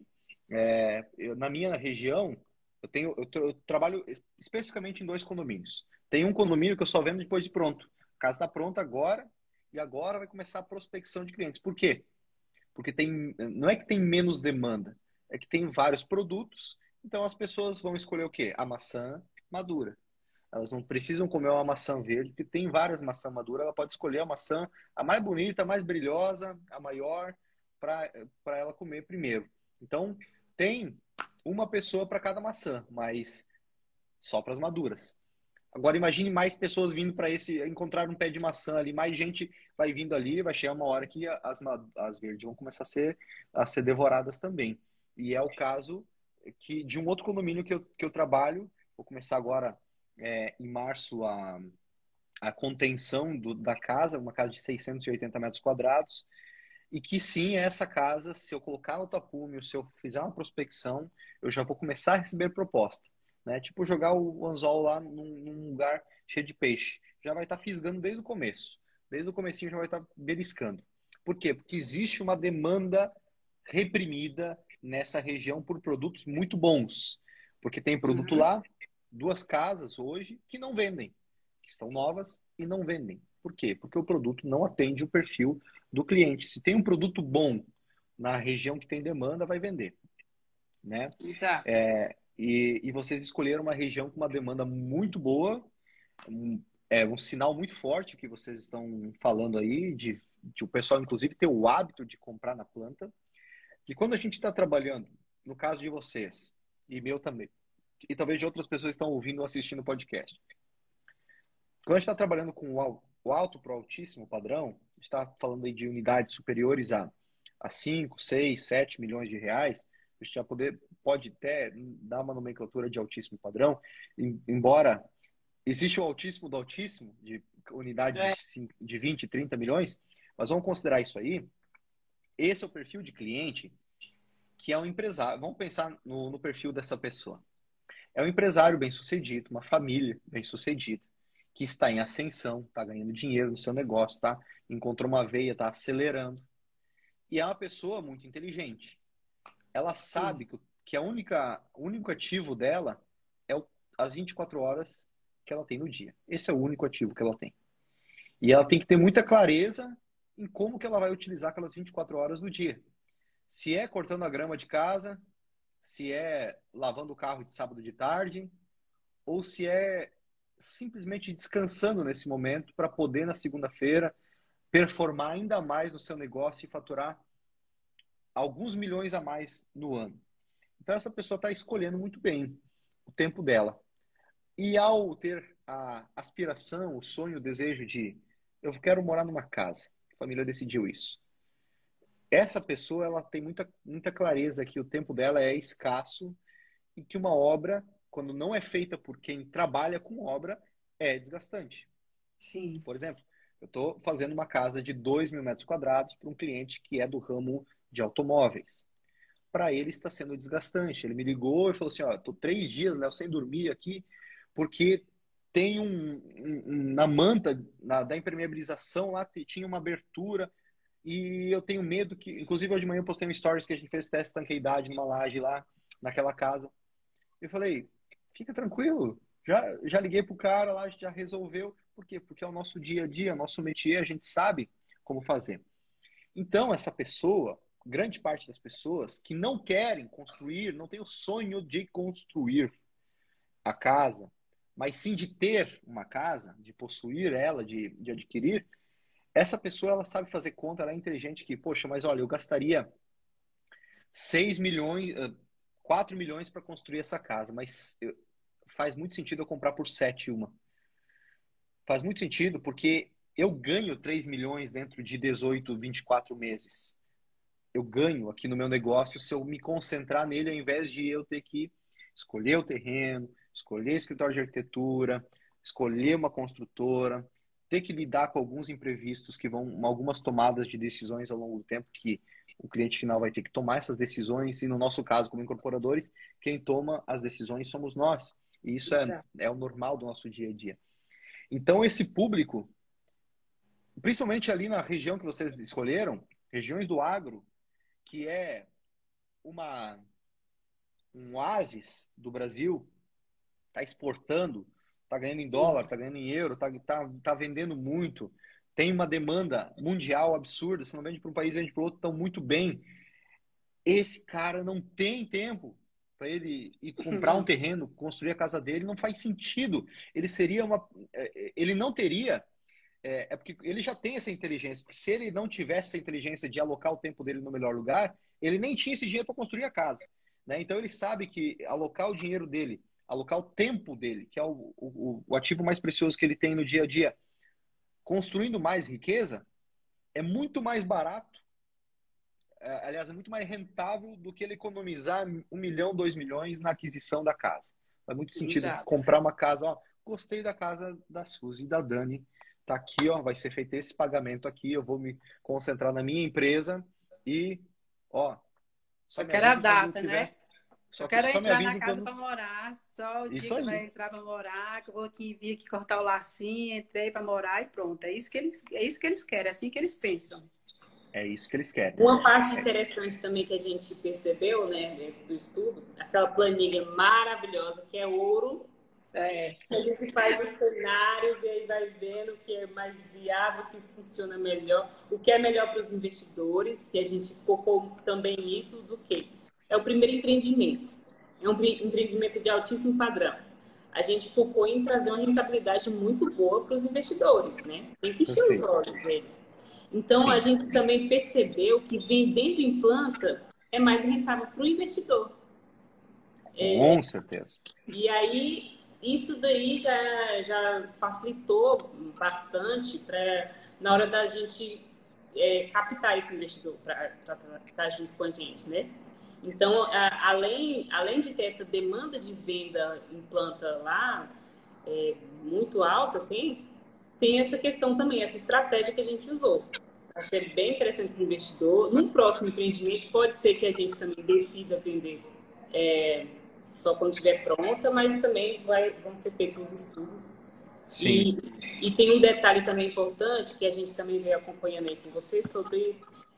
Na minha região, eu trabalho especificamente em 2 condomínios. Tem um condomínio que eu só vendo depois de pronto. A casa está pronta agora, e agora vai começar a prospecção de clientes. Por quê? Porque não é que tem menos demanda, é que tem vários produtos, então as pessoas vão escolher o quê? A maçã madura. Elas não precisam comer uma maçã verde, porque tem várias maçãs maduras, ela pode escolher a maçã a mais bonita, a mais brilhosa, a maior, para ela comer primeiro. Então, tem uma pessoa para cada maçã, mas só para as maduras. Agora imagine mais pessoas vindo para encontrar um pé de maçã ali, mais gente vai vindo ali, vai chegar uma hora que as verdes vão começar a ser devoradas também. E é o caso de um outro condomínio que eu trabalho. Vou começar agora em março a contenção da casa, uma casa de 680 metros quadrados, e que sim, essa casa, se eu colocar no tapume, se eu fizer uma prospecção, eu já vou começar a receber proposta. Né? Tipo, jogar o anzol lá num lugar cheio de peixe. Já vai estar fisgando desde o começo. Desde o comecinho já vai estar beliscando. Por quê? Porque existe uma demanda reprimida nessa região por produtos muito bons. Porque tem produto lá, 2 casas hoje que não vendem, que estão novas e não vendem. Por quê? Porque o produto não atende o perfil do cliente. Se tem um produto bom na região que tem demanda, vai vender. Né? Exato. E vocês escolheram uma região com uma demanda muito boa, um sinal muito forte que vocês estão falando aí, de o pessoal, inclusive, ter o hábito de comprar na planta. E quando a gente está trabalhando, no caso de vocês, e meu também, e talvez de outras pessoas que estão ouvindo ou assistindo o podcast, quando a gente está trabalhando com o alto para o altíssimo padrão, a gente está falando aí de unidades superiores a 5, 6, 7 milhões de reais, a gente já pode até dar uma nomenclatura de altíssimo padrão, embora existe o altíssimo do altíssimo, de unidades de 20, 30 milhões, mas vamos considerar isso aí. Esse é o perfil de cliente que é um empresário. Vamos pensar no perfil dessa pessoa. É um empresário bem-sucedido, uma família bem-sucedida, que está em ascensão, está ganhando dinheiro no seu negócio, tá? Encontrou uma veia, está acelerando. E é uma pessoa muito inteligente. Ela sabe que o único ativo dela é as 24 horas que ela tem no dia. Esse é o único ativo que ela tem. E ela tem que ter muita clareza em como que ela vai utilizar aquelas 24 horas do dia. Se é cortando a grama de casa, se é lavando o carro de sábado de tarde, ou se é simplesmente descansando nesse momento para poder, na segunda-feira, performar ainda mais no seu negócio e faturar alguns milhões a mais no ano. Então, essa pessoa está escolhendo muito bem o tempo dela. E ao ter a aspiração, o sonho, o desejo de eu quero morar numa casa, a família decidiu isso. Essa pessoa ela tem muita clareza que o tempo dela é escasso e que uma obra, quando não é feita por quem trabalha com obra, é desgastante. Sim. Por exemplo, eu estou fazendo uma casa de 2.000 metros quadrados para um cliente que é do ramo de automóveis. Para ele está sendo desgastante. Ele me ligou e falou assim, estou 3 dias, Léo, sem dormir aqui, porque tem na manta da impermeabilização lá, tinha uma abertura e eu tenho medo que... Inclusive, hoje de manhã eu postei um stories que a gente fez teste de tanqueidade numa laje lá, naquela casa. Eu falei, fica tranquilo, já liguei pro cara lá, a gente já resolveu. Por quê? Porque é o nosso dia a dia, nosso métier, a gente sabe como fazer. Então, essa pessoa, grande parte das pessoas que não querem construir, não tem o sonho de construir a casa, mas sim de ter uma casa, de possuir ela, de adquirir, essa pessoa ela sabe fazer conta, ela é inteligente que, poxa, mas olha, eu gastaria 6 milhões, 4 milhões para construir essa casa, mas faz muito sentido eu comprar por 7 uma. Faz muito sentido porque eu ganho 3 milhões dentro de 18, 24 meses. Eu ganho aqui no meu negócio se eu me concentrar nele ao invés de eu ter que escolher o terreno, escolher escritório de arquitetura, escolher uma construtora, ter que lidar com alguns imprevistos que vão, algumas tomadas de decisões ao longo do tempo que o cliente final vai ter que tomar essas decisões e no nosso caso, como incorporadores, quem toma as decisões somos nós. E isso é o normal do nosso dia a dia. Então, esse público, principalmente ali na região que vocês escolheram, regiões do agro, que é um oásis do Brasil, está exportando, está ganhando em dólar, está ganhando em euro, está vendendo muito, tem uma demanda mundial absurda, se não vende para um país, vende para o outro, estão muito bem. Esse cara não tem tempo para ele ir comprar um terreno, construir a casa dele, não faz sentido. Ele não teria é porque ele já tem essa inteligência. Porque se ele não tivesse essa inteligência de alocar o tempo dele no melhor lugar, ele nem tinha esse dinheiro para construir a casa, né? Então ele sabe que alocar o dinheiro dele, alocar o tempo dele, que é o ativo mais precioso que ele tem no dia a dia, construindo mais riqueza, é muito mais barato, aliás, é muito mais rentável do que ele economizar 1 milhão, 2 milhões na aquisição da casa. Faz muito sentido Exato. comprar uma casa, ó, gostei da casa da Suzy e da Dani, tá aqui, ó, vai ser feito esse pagamento aqui, eu vou me concentrar na minha empresa e, ó, só Eu me quero a avisa quando data, tiver. né? Eu Só quero me entrar na avisa casa quando. para morar, só o dia Isso que aí. vai entrar para morar, que eu vou aqui vir aqui cortar o lacinho, entrei para morar e pronto. É isso que eles querem, é assim que eles pensam. É isso que eles querem. Uma parte interessante também que a gente percebeu, né, dentro do estudo, aquela planilha maravilhosa que é ouro. A gente faz os cenários e aí vai vendo o que é mais viável, o que funciona melhor, o que é melhor para os investidores, que a gente focou também nisso, do que é o primeiro empreendimento. É um empreendimento de altíssimo padrão. A gente focou em trazer uma rentabilidade muito boa para os investidores, né? Tem que encher os Perfeito. olhos deles. Então, a Sim, gente também percebeu que vendendo em planta é mais rentável para o investidor. com certeza. E aí, isso daí já facilitou bastante na hora da gente captar esse investidor para estar junto com a gente, né? Então, além de ter essa demanda de venda em planta lá muito alta, tem essa questão também, essa estratégia que a gente usou. Vai ser bem interessante para o investidor. No próximo empreendimento, pode ser que a gente também decida vender só quando estiver pronta, mas também vão ser feitos os estudos. Sim. E tem um detalhe também importante que a gente também veio acompanhando aí com vocês sobre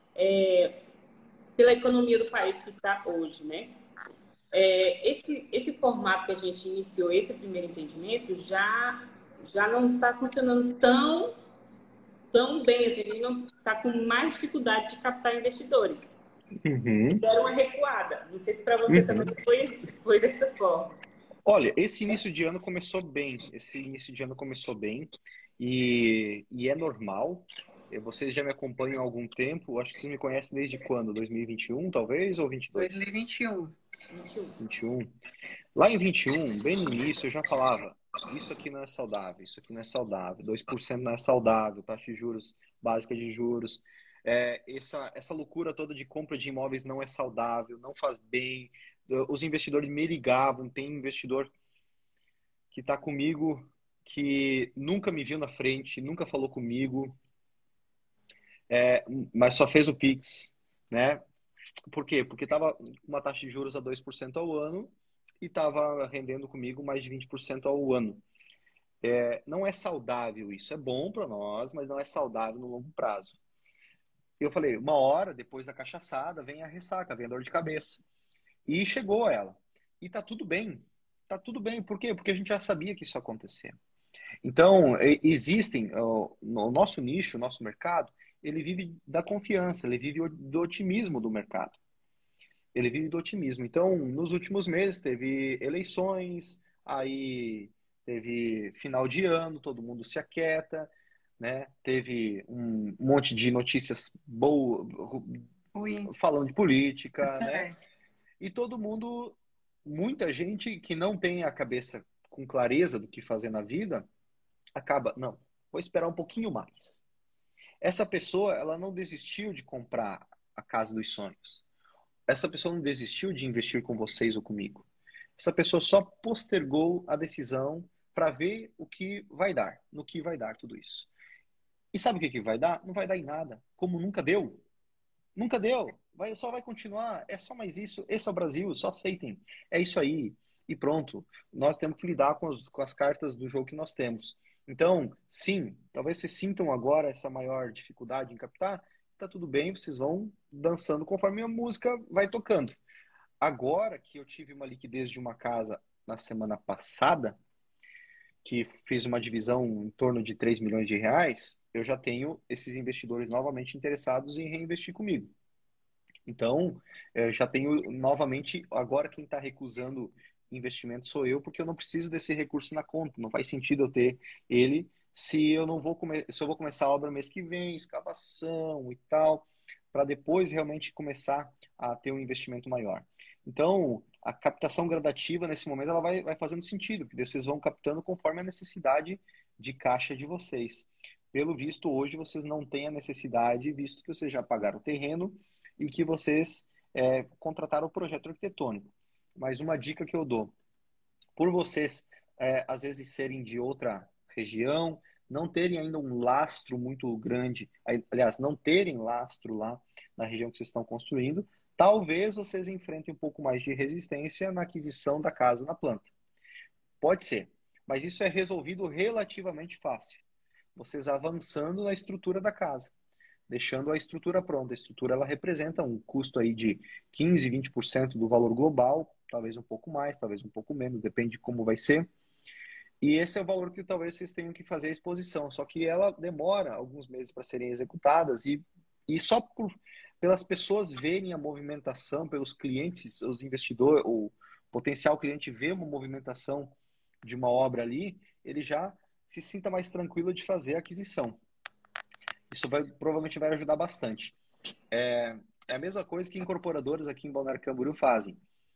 pela economia do país que está hoje, né? Esse formato que a gente iniciou, esse primeiro empreendimento, já não está funcionando tão bem, assim, a gente não está com mais dificuldade de captar investidores. Uhum. Deram uma recuada. Não sei se para você também foi dessa forma. Olha, esse início de ano começou bem. E é normal. Vocês já me acompanham há algum tempo. Acho que vocês me conhecem desde quando? 2021, talvez? Ou 22? 2021. 21. Lá em 21, bem no início, eu já falava: isso aqui não é saudável, isso aqui não é saudável, 2% não é saudável, taxa de juros básica de juros. Essa loucura toda de compra de imóveis não é saudável, não faz bem. Os investidores me ligavam, tem investidor que está comigo que nunca me viu na frente, nunca falou comigo, mas só fez o Pix, né? Por quê? Porque estava com uma taxa de juros a 2% ao ano e estava rendendo comigo mais de 20% ao ano. Não é saudável isso. É bom para nós, mas não é saudável no longo prazo. Eu falei, uma hora depois da cachaçada, vem a ressaca, vem a dor de cabeça. E chegou ela. E tá tudo bem. Tá tudo bem. Por quê? Porque a gente já sabia que isso ia acontecer. Então, existem, no nosso nicho, o nosso mercado, ele vive da confiança, ele vive do otimismo do mercado. Ele vive do otimismo. Então, nos últimos meses, teve eleições, aí teve final de ano, todo mundo se aquieta, né? Teve um monte de notícias boas, Ruins. falando de política, né? E todo mundo, muita gente que não tem a cabeça com clareza do que fazer na vida, acaba, não, vou esperar um pouquinho mais. Essa pessoa, ela não desistiu de comprar a casa dos sonhos. Essa pessoa não desistiu de investir com vocês ou comigo. Essa pessoa só postergou a decisão para ver o que vai dar, no que vai dar tudo isso. E sabe o que vai dar? Não vai dar em nada, como nunca deu. Nunca deu. Só vai continuar. É só mais isso. Esse é o Brasil. Só aceitem. É isso aí. E pronto. Nós temos que lidar com as cartas do jogo que nós temos. Então, sim, talvez vocês sintam agora essa maior dificuldade em captar. Tá tudo bem, vocês vão dançando conforme a música vai tocando. Agora que eu tive uma liquidez de uma casa na semana passada, que fiz uma divisão em torno de 3 milhões de reais, eu já tenho esses investidores novamente interessados em reinvestir comigo. Então, já tenho novamente, agora quem está recusando investimento sou eu, porque eu não preciso desse recurso na conta. Não faz sentido eu ter ele se eu não vou se eu vou começar a obra mês que vem, escavação e tal, para depois realmente começar a ter um investimento maior. Então, a captação gradativa nesse momento ela vai fazendo sentido, porque vocês vão captando conforme a necessidade de caixa de vocês. Pelo visto, hoje vocês não têm a necessidade, visto que vocês já pagaram o terreno e que vocês contrataram o projeto arquitetônico. Mas uma dica que eu dou, por vocês às vezes serem de outra região, não terem ainda um lastro muito grande, aliás, não terem lastro lá na região que vocês estão construindo, talvez vocês enfrentem um pouco mais de resistência na aquisição da casa na planta. Pode ser, mas isso é resolvido relativamente fácil. Vocês avançando na estrutura da casa, deixando a estrutura pronta. A estrutura ela representa um custo aí de 15, 20% do valor global, talvez um pouco mais, talvez um pouco menos, depende de como vai ser. E esse é o valor que talvez vocês tenham que fazer a exposição, só que ela demora alguns meses para serem executadas e só pelas pessoas verem a movimentação, pelos clientes, os investidores, o potencial cliente ver uma movimentação de uma obra ali, ele já se sinta mais tranquilo de fazer a aquisição. Isso provavelmente vai ajudar bastante. É a mesma coisa que incorporadores aqui em Balneário Camboriú fazem.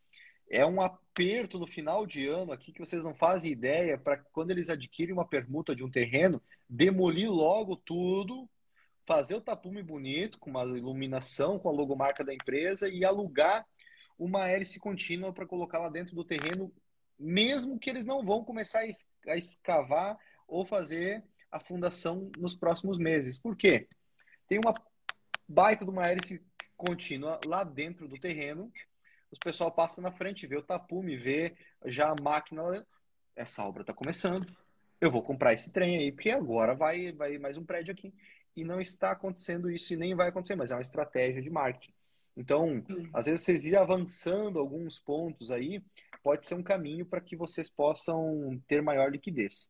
É um aperto no final de ano aqui que vocês não fazem ideia para quando eles adquirem uma permuta de um terreno, demolir logo tudo, fazer o tapume bonito, com uma iluminação, com a logomarca da empresa e alugar uma hélice contínua para colocar lá dentro do terreno, mesmo que eles não vão começar a escavar ou fazer a fundação nos próximos meses. Por quê? Tem uma baita de uma hélice contínua lá dentro do terreno. O pessoal passa na frente, vê o tapume, vê já a máquina. Essa obra está começando. Eu vou comprar esse trem aí, porque agora vai mais um prédio aqui. E não está acontecendo isso e nem vai acontecer, mas é uma estratégia de marketing. Então, às vezes vocês ir avançando alguns pontos aí, pode ser um caminho para que vocês possam ter maior liquidez.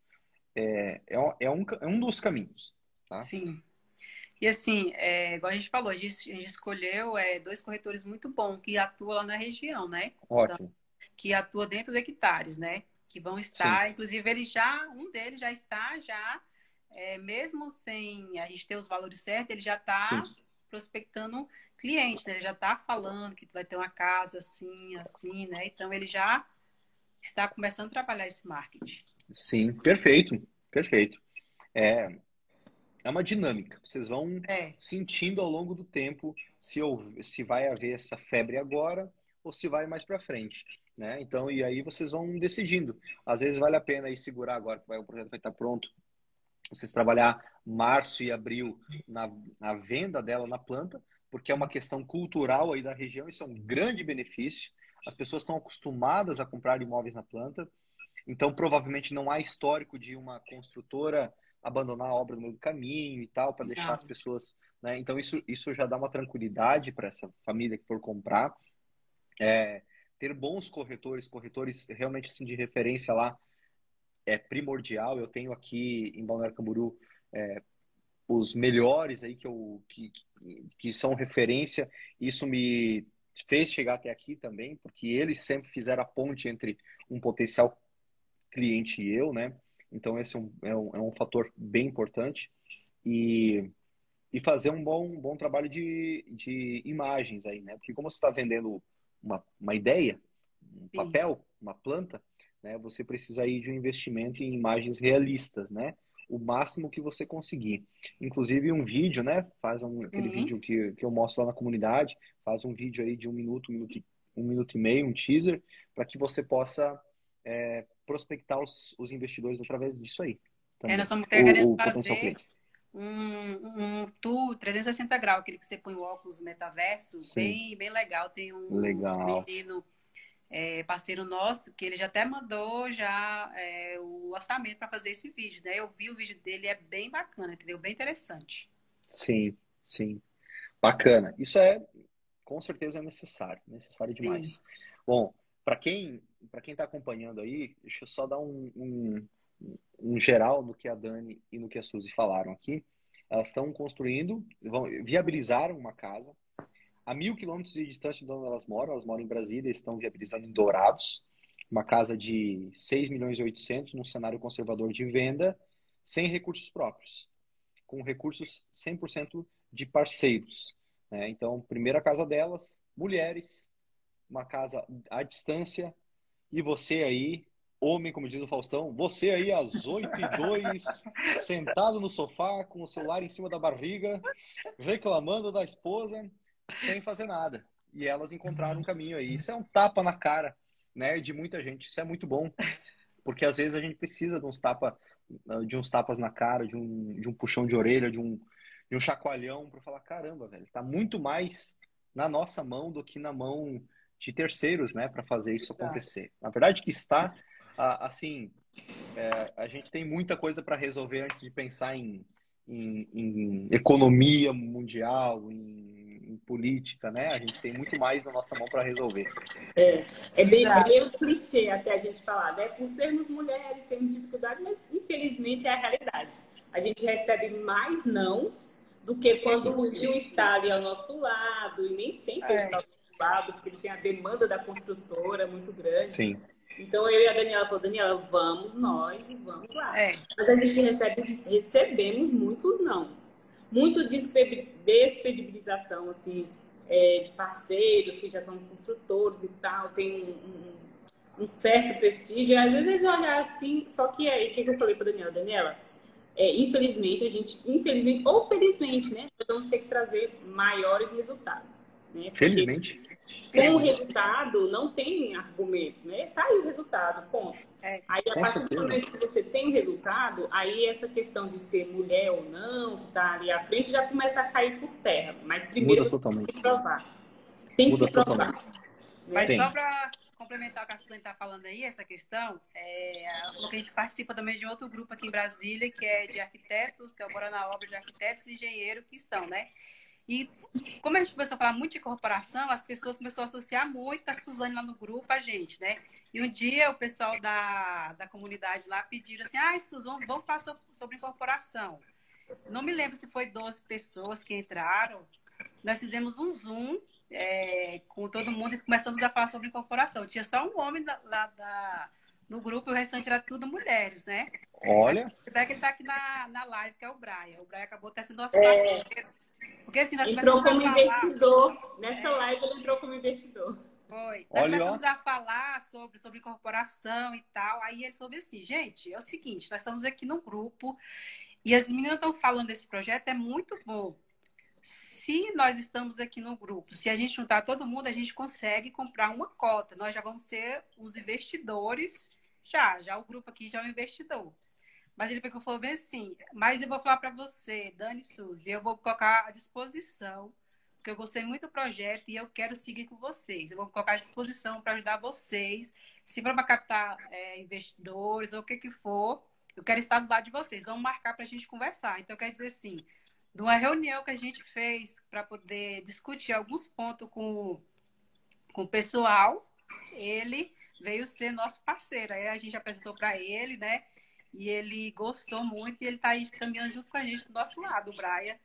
É um dos caminhos. Tá? Sim. E assim, igual a gente falou, a gente escolheu 2 corretores muito bons que atuam lá na região, né? Ótimo. Então, que atua dentro do hectares, né? Que vão estar, Sim. inclusive um deles já está, mesmo sem a gente ter os valores certos, ele já está prospectando cliente, né? Ele já está falando que vai ter uma casa assim, assim, né? Então ele já está começando a trabalhar esse marketing. Sim, perfeito, perfeito. É uma dinâmica. Vocês vão sentindo ao longo do tempo se vai haver essa febre agora ou se vai mais para frente, né? Então, e aí vocês vão decidindo. Às vezes vale a pena aí segurar agora que o projeto vai estar pronto. Vocês trabalhar março e abril na venda dela na planta, porque é uma questão cultural aí da região, isso é um grande benefício. As pessoas estão acostumadas a comprar imóveis na planta, então provavelmente não há histórico de uma construtora abandonar a obra no meio do caminho e tal, para deixar as pessoas, né? Então isso já dá uma tranquilidade para essa família que for comprar. Ter bons corretores realmente assim, de referência lá é primordial. Eu tenho aqui em Balneário Camboriú os melhores aí que são referência. Isso me fez chegar até aqui também, porque eles sempre fizeram a ponte entre um potencial cliente e eu, né? Então esse é um fator bem importante. E fazer um bom trabalho de imagens aí, né? Porque como você está vendendo uma ideia, um papel, uma planta, né? Você precisa aí de um investimento em imagens realistas, né? O máximo que você conseguir. Inclusive um vídeo, né? Faz aquele vídeo que eu mostro lá na comunidade, faz um vídeo aí de um minuto e meio, um teaser, para que você possa prospectar os investidores através disso aí. Também. Nós estamos querendo o potencial fazer cliente. um tour 360 graus, aquele que você põe o óculos metaverso, bem legal. Tem um menino parceiro nosso que ele já até mandou o orçamento para fazer esse vídeo, né? Eu vi o vídeo dele, é bem bacana, entendeu? Bem interessante. Sim. Bacana. Isso com certeza é necessário demais. Bom, para quem está acompanhando aí, deixa eu só dar um geral no que a Dani e no que a Suzy falaram aqui. Elas estão construindo, viabilizaram uma casa a 1.000 quilômetros de distância de onde elas moram em Brasília, estão viabilizando em Dourados, uma casa de 6.800.000 num cenário conservador de venda, sem recursos próprios, com recursos 100% de parceiros, né? Então, primeira casa delas, mulheres, uma casa à distância, e você aí, homem, como diz o Faustão, você aí às 8h02, sentado no sofá, com o celular em cima da barriga, reclamando da esposa, sem fazer nada. E elas encontraram um caminho aí. Isso é um tapa na cara, né, de muita gente. Isso é muito bom, porque às vezes a gente precisa de uns tapas na cara, de um puxão de orelha, de um chacoalhão para falar, caramba, velho, tá muito mais na nossa mão do que na mão de terceiros, né, para fazer isso acontecer. Na verdade que está, assim, a gente tem muita coisa para resolver antes de pensar em economia mundial, em política, né? A gente tem muito mais na nossa mão para resolver. É meio clichê até a gente falar, né? Por sermos mulheres, temos dificuldade, mas infelizmente é a realidade. A gente recebe mais nãos do que quando o Will está ali ao nosso lado, e nem sempre ele está ao nosso lado, porque ele tem a demanda da construtora muito grande. Sim. Então eu e a Daniela falamos, Daniela, vamos nós e vamos lá. Mas a gente recebemos muitos nãos. Muito descredibilização, assim, de parceiros que já são construtores e tal, tem um certo prestígio. E às vezes eles olham assim, só que aí, o que eu falei para a Daniela? Daniela, infelizmente, infelizmente ou felizmente, né, nós vamos ter que trazer maiores resultados. Né? Felizmente. Com o resultado, não tem argumento, né? Tá aí o resultado, ponto. Aí, a partir do momento que você tem o resultado, aí essa questão de ser mulher ou não, que tá ali à frente, já começa a cair por terra. Mas primeiro você tem que se provar. Tem que se provar. Né? Mas só para complementar o que a Suzane está falando aí, essa questão, porque a gente participa também de outro grupo aqui em Brasília, que é de arquitetos, que é o Bora na Obra de arquitetos e engenheiros que estão, né? E como a gente começou a falar muito de corporação, as pessoas começaram a associar muito a Suzane lá no grupo, a gente, né? E um dia o pessoal da comunidade lá pediram assim, Suzane, vamos falar sobre incorporação. Não me lembro se foi 12 pessoas que entraram. Nós fizemos um Zoom com todo mundo e começamos a falar sobre incorporação. Tinha só um homem no grupo e o restante era tudo mulheres, né? Olha! Até que ele está aqui na live, que é o Brian. O Brian acabou tendo nosso parceiro. Porque assim, nós entrou como investidor. Nessa live ele entrou como investidor. Foi. Nós começamos a falar sobre incorporação e tal. Aí ele falou assim, gente, é o seguinte, nós estamos aqui num grupo e as meninas estão falando desse projeto, é muito bom. Se nós estamos aqui no grupo, se a gente juntar todo mundo, a gente consegue comprar uma cota. Nós já vamos ser os investidores, já o grupo aqui já é um investidor. Mas ele pegou e falou bem assim, mas eu vou falar para você, Dani e Suzy, eu vou colocar à disposição, porque eu gostei muito do projeto e eu quero seguir com vocês. Eu vou colocar à disposição para ajudar vocês, se for para captar investidores ou o que for, eu quero estar do lado de vocês. Vamos marcar para a gente conversar. Então, quer dizer assim, de uma reunião que a gente fez para poder discutir alguns pontos com o pessoal, ele veio ser nosso parceiro. Aí a gente apresentou para ele, né? E ele gostou muito e ele está aí caminhando junto com a gente do nosso lado, o Brian,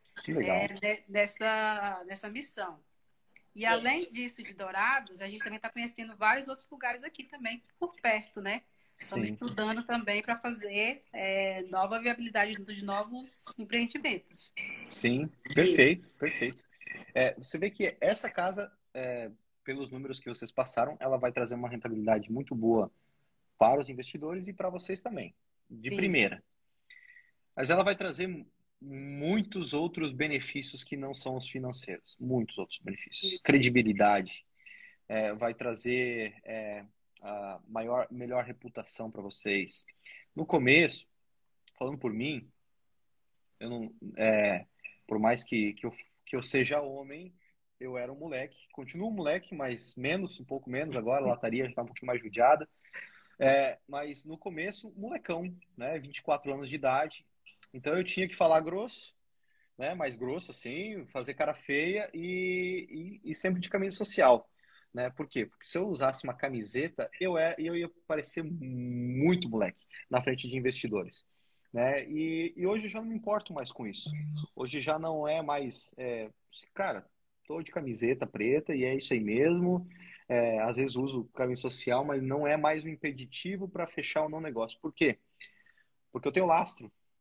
nessa missão. E além disso, de Dourados, a gente também está conhecendo vários outros lugares aqui também, por perto, né? Estamos estudando também para fazer nova viabilidade dos novos empreendimentos. Sim, perfeito, perfeito. Você vê que essa casa, pelos números que vocês passaram, ela vai trazer uma rentabilidade muito boa para os investidores e para vocês também. De primeira. Mas ela vai trazer muitos outros benefícios que não são os financeiros. Muitos outros benefícios. Credibilidade. Vai trazer a melhor reputação para vocês. No começo, falando por mim, eu não, por mais que eu seja homem, eu era um moleque. Continuo um moleque, mas um pouco menos agora. A lataria já está um pouquinho mais judiada. Mas no começo, molecão, né? 24 anos de idade. Então eu tinha que falar grosso, né? Mais grosso assim, fazer cara feia e sempre de camisa social, né? Por quê? Porque se eu usasse uma camiseta, eu ia parecer muito moleque na frente de investidores, né? E hoje eu já não me importo mais com isso. Hoje já não é mais, cara, tô de camiseta preta e é isso aí mesmo. Às vezes uso camisa social, mas não é mais um impeditivo para fechar ou não negócio. Por quê? Porque eu tenho lastro.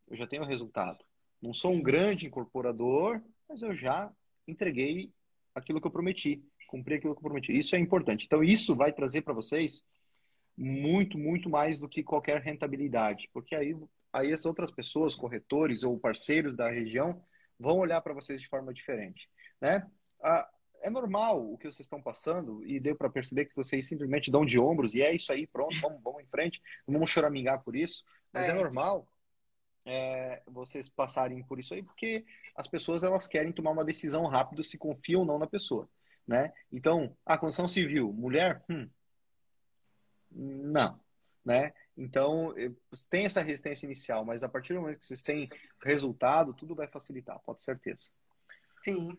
eu já tenho resultado. Não sou um grande incorporador, mas eu já entreguei aquilo que eu prometi, cumpri aquilo que eu prometi. Isso é importante. Então, isso vai trazer para vocês muito, muito mais do que qualquer rentabilidade, porque aí as outras pessoas, corretores ou parceiros da região, vão olhar para vocês de forma diferente, né? É normal o que vocês estão passando e deu para perceber que vocês simplesmente dão de ombros e é isso aí, pronto, vamos em frente, não vamos choramingar por isso, mas é normal vocês passarem por isso aí porque as pessoas elas querem tomar uma decisão rápido se confiam ou não na pessoa, né? Então, a construção civil, mulher, não, né? Então, tem essa resistência inicial, mas a partir do momento que vocês têm resultado, tudo vai facilitar, pode ter certeza. Sim.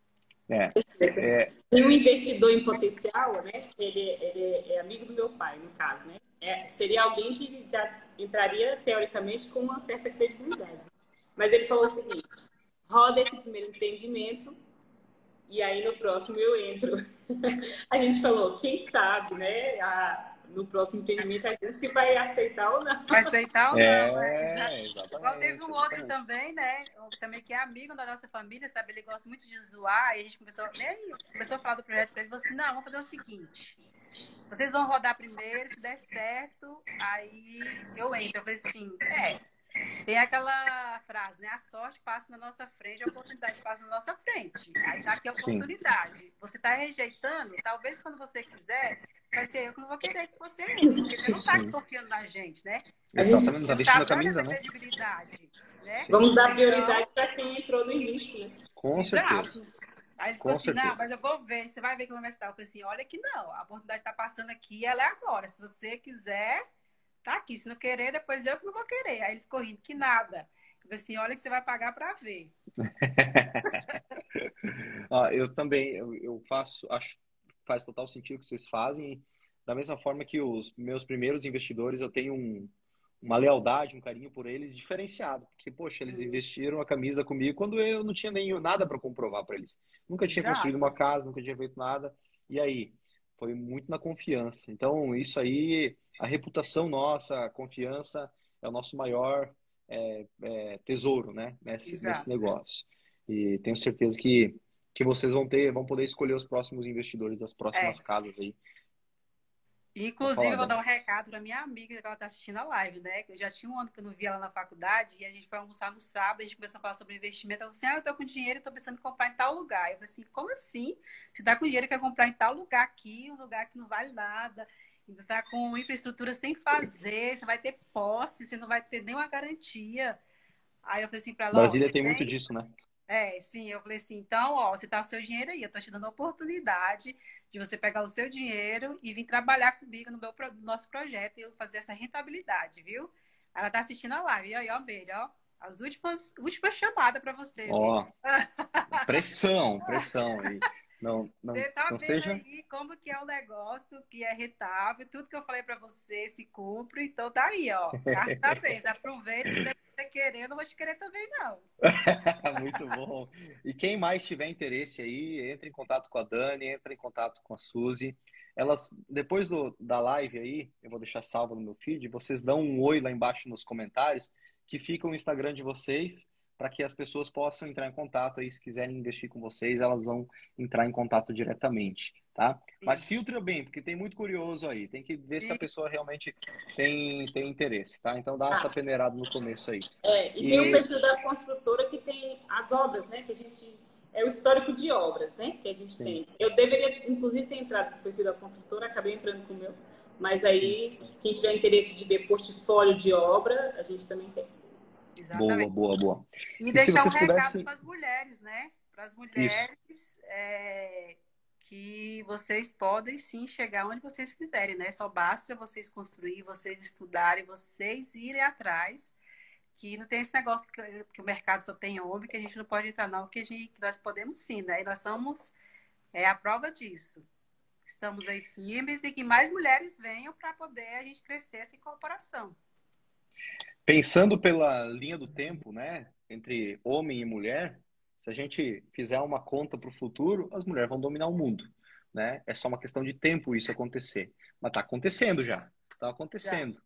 Tem um investidor em potencial, né? Ele é amigo do meu pai, no caso, né? Seria alguém que já entraria, teoricamente, com uma certa credibilidade. Mas ele falou o seguinte, roda esse primeiro entendimento e aí no próximo eu entro. A gente falou, quem sabe, né? No próximo entendimento, a gente que vai aceitar ou não. Vai aceitar ou não, exatamente. Igual teve um outro também, né? Também que é amigo da nossa família, sabe? Ele gosta muito de zoar. E a gente começou a falar do projeto para ele. Falou assim, não, vamos fazer o seguinte. Vocês vão rodar primeiro, se der certo, aí eu entro. Eu falei assim, tem aquela frase, né? A sorte passa na nossa frente, a oportunidade passa na nossa frente. Aí tá aqui a oportunidade. Sim. Você tá rejeitando, talvez quando você quiser, vai ser eu que não vou querer que você entre, porque você não tá confiando na gente, né? Exatamente, não tá vestindo a camisa, né? Credibilidade, né? Vamos dar prioridade para quem entrou no início. Com certeza. Aí ele falou assim, não, mas eu vou ver, você vai ver que vai estar. Eu falei assim, olha que não, a oportunidade tá passando aqui, ela é agora. Se você quiser, tá aqui. Se não querer, depois eu que não vou querer. Aí ele ficou rindo, que nada. Eu falei assim, olha que você vai pagar para ver. Eu também, eu faço, acho que faz total sentido o que vocês fazem. Da mesma forma que os meus primeiros investidores, eu tenho uma lealdade, um carinho por eles diferenciado. Porque, poxa, eles investiram a camisa comigo quando eu não tinha nem nada para comprovar para eles. Nunca tinha construído uma casa, nunca tinha feito nada. E aí, foi muito na confiança. Então, isso aí, a reputação nossa, a confiança é o nosso maior tesouro, né? Nesse negócio. E tenho certeza que vocês vão poder escolher os próximos investidores das próximas casas aí. Inclusive, eu vou dar um recado para minha amiga que ela está assistindo a live, né? Eu já tinha um ano que eu não via ela na faculdade e a gente foi almoçar no sábado, a gente começou a falar sobre investimento. Ela falou assim, eu tô com dinheiro e tô pensando em comprar em tal lugar. Eu falei assim, como assim? Você tá com dinheiro e quer comprar em tal lugar aqui, um lugar que não vale nada, ainda tá com infraestrutura sem fazer, você vai ter posse, você não vai ter nenhuma garantia. Aí eu falei assim para ela, Brasília tem muito disso, né? Sim, eu falei assim, então, você tá o seu dinheiro aí, eu tô te dando a oportunidade de você pegar o seu dinheiro e vir trabalhar comigo no nosso projeto e eu fazer essa rentabilidade, viu? Ela tá assistindo a live, e aí, ó, Meire, ó, as últimas chamadas para você. Pressão aí. Você tá não vendo seja... aí como que é o negócio, que é rentável, tudo que eu falei para você se cumpre, então tá aí, ó, carta da vez, aproveita, se você querer, eu não vou te querer também, não. Muito bom. E quem mais tiver interesse aí, entre em contato com a Dani, entre em contato com a Suzy. Elas, depois da live aí, eu vou deixar salvo no meu feed, vocês dão um oi lá embaixo nos comentários, que fica o Instagram de vocês, para que as pessoas possam entrar em contato aí, se quiserem investir com vocês, elas vão entrar em contato diretamente, tá? Mas filtra bem, porque tem muito curioso aí, tem que ver se a pessoa realmente tem interesse, tá? Então dá essa peneirada no começo aí. E tem o perfil da construtora que tem as obras, né? Que a gente... É o histórico de obras, né? Que a gente tem. Eu deveria, inclusive, ter entrado com o perfil da construtora, acabei entrando com o meu. Mas aí, quem tiver interesse de ver portfólio de obra, a gente também tem. Exatamente. Boa. E deixar um recado para as mulheres, né? Para as mulheres que vocês podem sim chegar onde vocês quiserem, né? Só basta vocês construir, vocês estudarem, vocês irem atrás, que não tem esse negócio que o mercado só tem homem, que a gente não pode entrar não, que nós podemos sim, né? E nós somos a prova disso. Estamos aí firmes e que mais mulheres venham para poder a gente crescer essa incorporação. Pensando pela linha do tempo, né, entre homem e mulher, se a gente fizer uma conta para o futuro, as mulheres vão dominar o mundo, né? É só uma questão de tempo isso acontecer. Mas está acontecendo já, está acontecendo.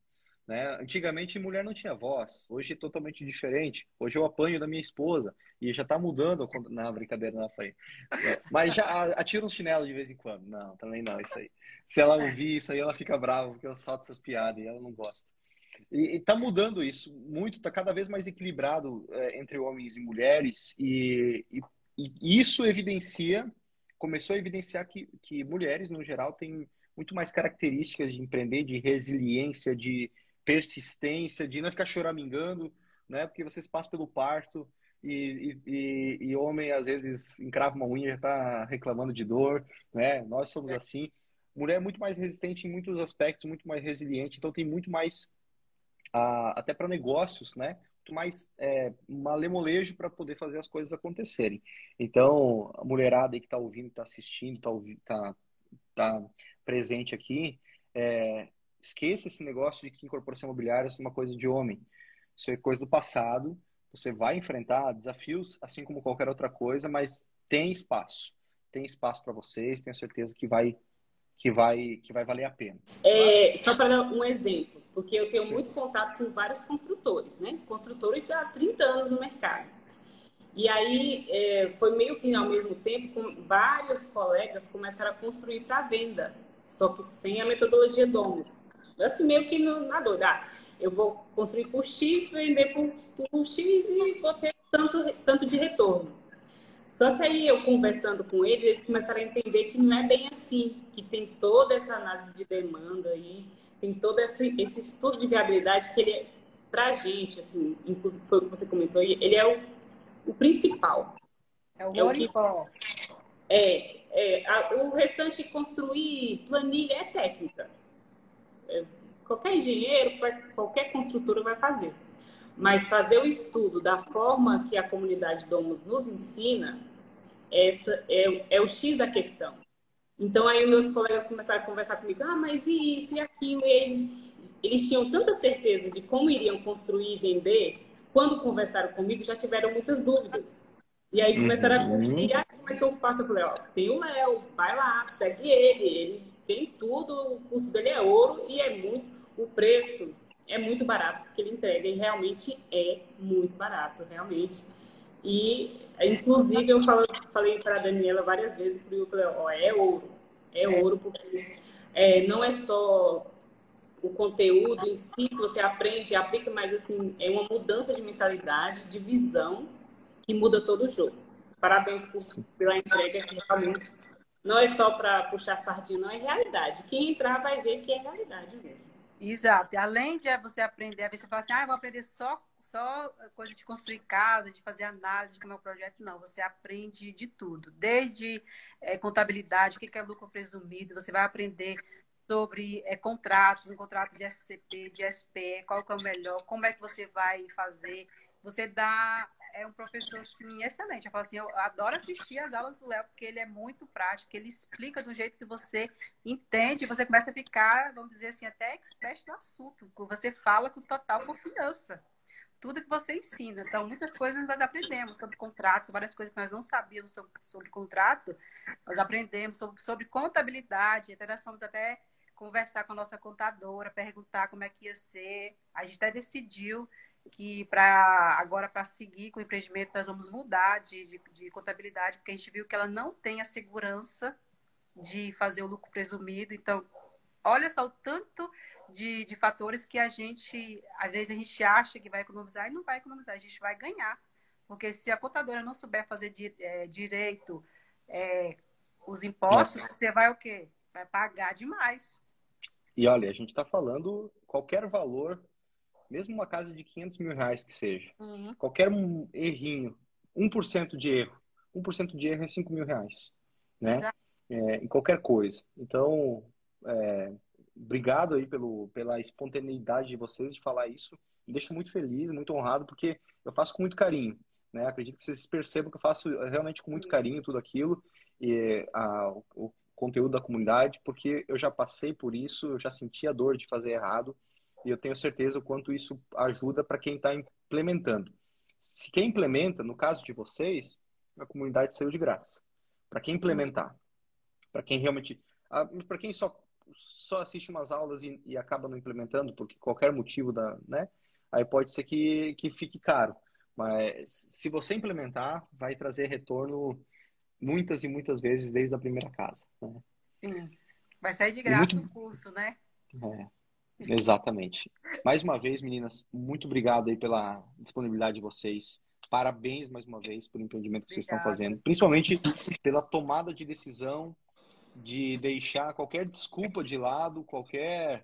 né? Antigamente, mulher não tinha voz. Hoje é totalmente diferente. Hoje eu apanho da minha esposa e já tá mudando. Na brincadeira, não foi. Mas já atira um chinelo de vez em quando. Não, também não, isso aí. Se ela ouvir isso aí, ela fica brava porque eu solto essas piadas e ela não gosta. E tá mudando isso muito, tá cada vez mais equilibrado entre homens e mulheres e isso começou a evidenciar que mulheres, no geral, têm muito mais características de empreender, de resiliência, de persistência, de não ficar choramingando, né? Porque vocês passam pelo parto e homem, às vezes, encrava uma unha e já tá reclamando de dor, né? Nós somos assim. Mulher é muito mais resistente em muitos aspectos, muito mais resiliente, então tem muito mais até para negócios, né? Muito mais malemolejo para poder fazer as coisas acontecerem. Então, a mulherada aí que está ouvindo, está assistindo, tá presente aqui, esqueça esse negócio de que incorporação imobiliária é uma coisa de homem. Isso é coisa do passado. Você vai enfrentar desafios, assim como qualquer outra coisa, mas tem espaço. Tem espaço para vocês, tenho certeza que vai valer a pena. Só para dar um exemplo, porque eu tenho muito contato com vários construtores, né? Construtores há 30 anos no mercado. E aí, foi meio que ao mesmo tempo, com vários colegas começaram a construir para venda, só que sem a metodologia Domus. Assim, meio que na doida. Eu vou construir por X, vender por X e vou ter tanto de retorno. Só que aí, eu conversando com eles, eles começaram a entender que não é bem assim, que tem toda essa análise de demanda aí, tem todo esse estudo de viabilidade que ele é, pra gente, assim, inclusive foi o que você comentou aí, ele é o principal. É o que o restante de construir planilha é técnica. Qualquer engenheiro, qualquer construtora vai fazer. Mas fazer o estudo da forma que a comunidade Domus nos ensina, essa é o X da questão. Então, aí meus colegas começaram a conversar comigo, mas e isso e aquilo? E eles tinham tanta certeza de como iriam construir e vender, quando conversaram comigo, já tiveram muitas dúvidas. E aí começaram a fugir, como é que eu faço? Eu falei, tem o Léo, vai lá, segue ele tem tudo, o custo dele é ouro e o preço é muito barato, porque ele entrega e realmente é muito barato, realmente. E, inclusive, eu falei para a Daniela várias vezes, porque eu falei, é ouro, porque não é só o conteúdo em si que você aprende e aplica, mas, assim, é uma mudança de mentalidade, de visão, que muda todo o jogo. Parabéns pela entrega, que realmente não é só para puxar sardinha, não é realidade. Quem entrar vai ver que é realidade mesmo. Exato. Além de você aprender, às vezes você fala assim, eu vou aprender só coisa de construir casa, de fazer análise do meu projeto. Não, você aprende de tudo. Desde contabilidade, o que é lucro presumido, você vai aprender sobre contratos, um contrato de SCP, de SPE, qual que é o melhor, como é que você vai fazer. Você é um professor, assim, excelente. Eu falo assim, eu adoro assistir as aulas do Léo, porque ele é muito prático, ele explica do jeito que você entende, você começa a ficar, vamos dizer assim, até expert no assunto, você fala com total confiança. Tudo que você ensina. Então, muitas coisas nós aprendemos sobre contratos, várias coisas que nós não sabíamos sobre contrato, nós aprendemos sobre contabilidade, até nós fomos até conversar com a nossa contadora, perguntar como é que ia ser. A gente até decidiu que agora, para seguir com o empreendimento, nós vamos mudar de contabilidade, porque a gente viu que ela não tem a segurança de fazer o lucro presumido. Então, olha só o tanto de fatores que às vezes a gente acha que vai economizar e não vai economizar, a gente vai ganhar. Porque se a contadora não souber fazer direito os impostos, você vai o quê? Vai pagar demais. E olha, a gente está falando qualquer valor, mesmo uma casa de 500 mil reais que seja, qualquer errinho, 1% de erro, 1% de erro é 5 mil reais, né? Em qualquer coisa. Então, obrigado aí pela espontaneidade de vocês de falar isso. Me deixa muito feliz, muito honrado, porque eu faço com muito carinho, né? Acredito que vocês percebam que eu faço realmente com muito carinho tudo aquilo, e o conteúdo da comunidade, porque eu já passei por isso, eu já senti a dor de fazer errado, e eu tenho certeza o quanto isso ajuda para quem está implementando. Se quem implementa, no caso de vocês, a comunidade saiu de graça. Para quem implementar, para quem realmente... Para quem só só assiste umas aulas e acaba não implementando, porque qualquer motivo né? Aí pode ser que fique caro. Mas se você implementar, vai trazer retorno muitas e muitas vezes desde a primeira casa, né? Sim. Vai sair de E graça o curso, né? Exatamente. Mais uma vez, meninas, muito obrigado aí pela disponibilidade de vocês. Parabéns mais uma vez pelo empreendimento que vocês estão Obrigada. fazendo, principalmente pela tomada de decisão de deixar qualquer desculpa de lado, qualquer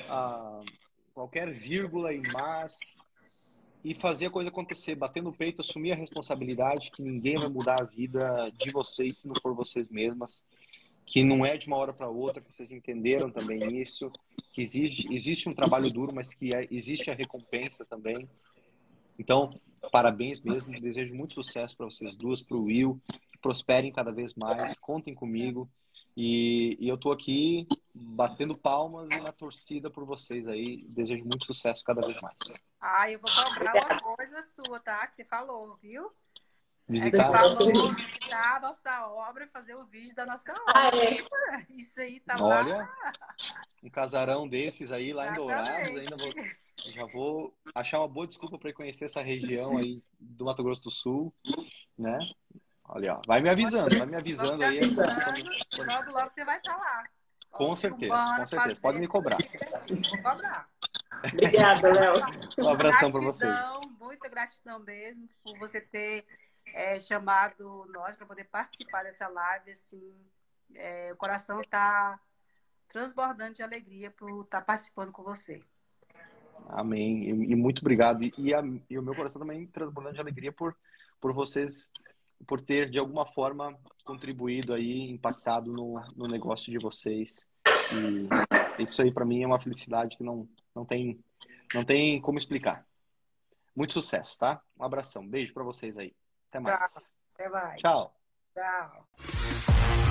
vírgula e mas, e fazer a coisa acontecer, bater no peito, assumir a responsabilidade que ninguém vai mudar a vida de vocês se não for vocês mesmas, que não é de uma hora para outra, que vocês entenderam também isso, que existe um trabalho duro, mas que existe a recompensa também. Então, parabéns mesmo, desejo muito sucesso para vocês duas, para o Will, que prosperem cada vez mais, contem comigo, e eu tô aqui batendo palmas e na torcida por vocês aí, desejo muito sucesso cada vez mais. Eu vou cobrar uma coisa sua, tá? Que você falou, viu? Visitar? Você falou visitar a nossa obra, fazer o vídeo da nossa obra. Isso aí tá lá. Olha, um casarão desses aí lá em Dourados, ainda já vou achar uma boa desculpa para conhecer essa região aí do Mato Grosso do Sul, né? Olha, ó, vai me avisando aí. Logo, logo você vai estar lá. Com certeza. Pode me cobrar. Vou cobrar. Obrigada, Léo. Um abração para vocês. Muita gratidão mesmo por você ter chamado nós para poder participar dessa live. Assim, o coração está transbordando de alegria por estar participando com você. Amém. E muito obrigado. E o meu coração também transbordando de alegria por vocês, por ter, de alguma forma, contribuído aí, impactado no negócio de vocês. E isso aí, para mim, é uma felicidade que não tem como explicar. Muito sucesso, tá? Um abração. Beijo para vocês aí. Até mais. Até mais. Tchau. Tchau.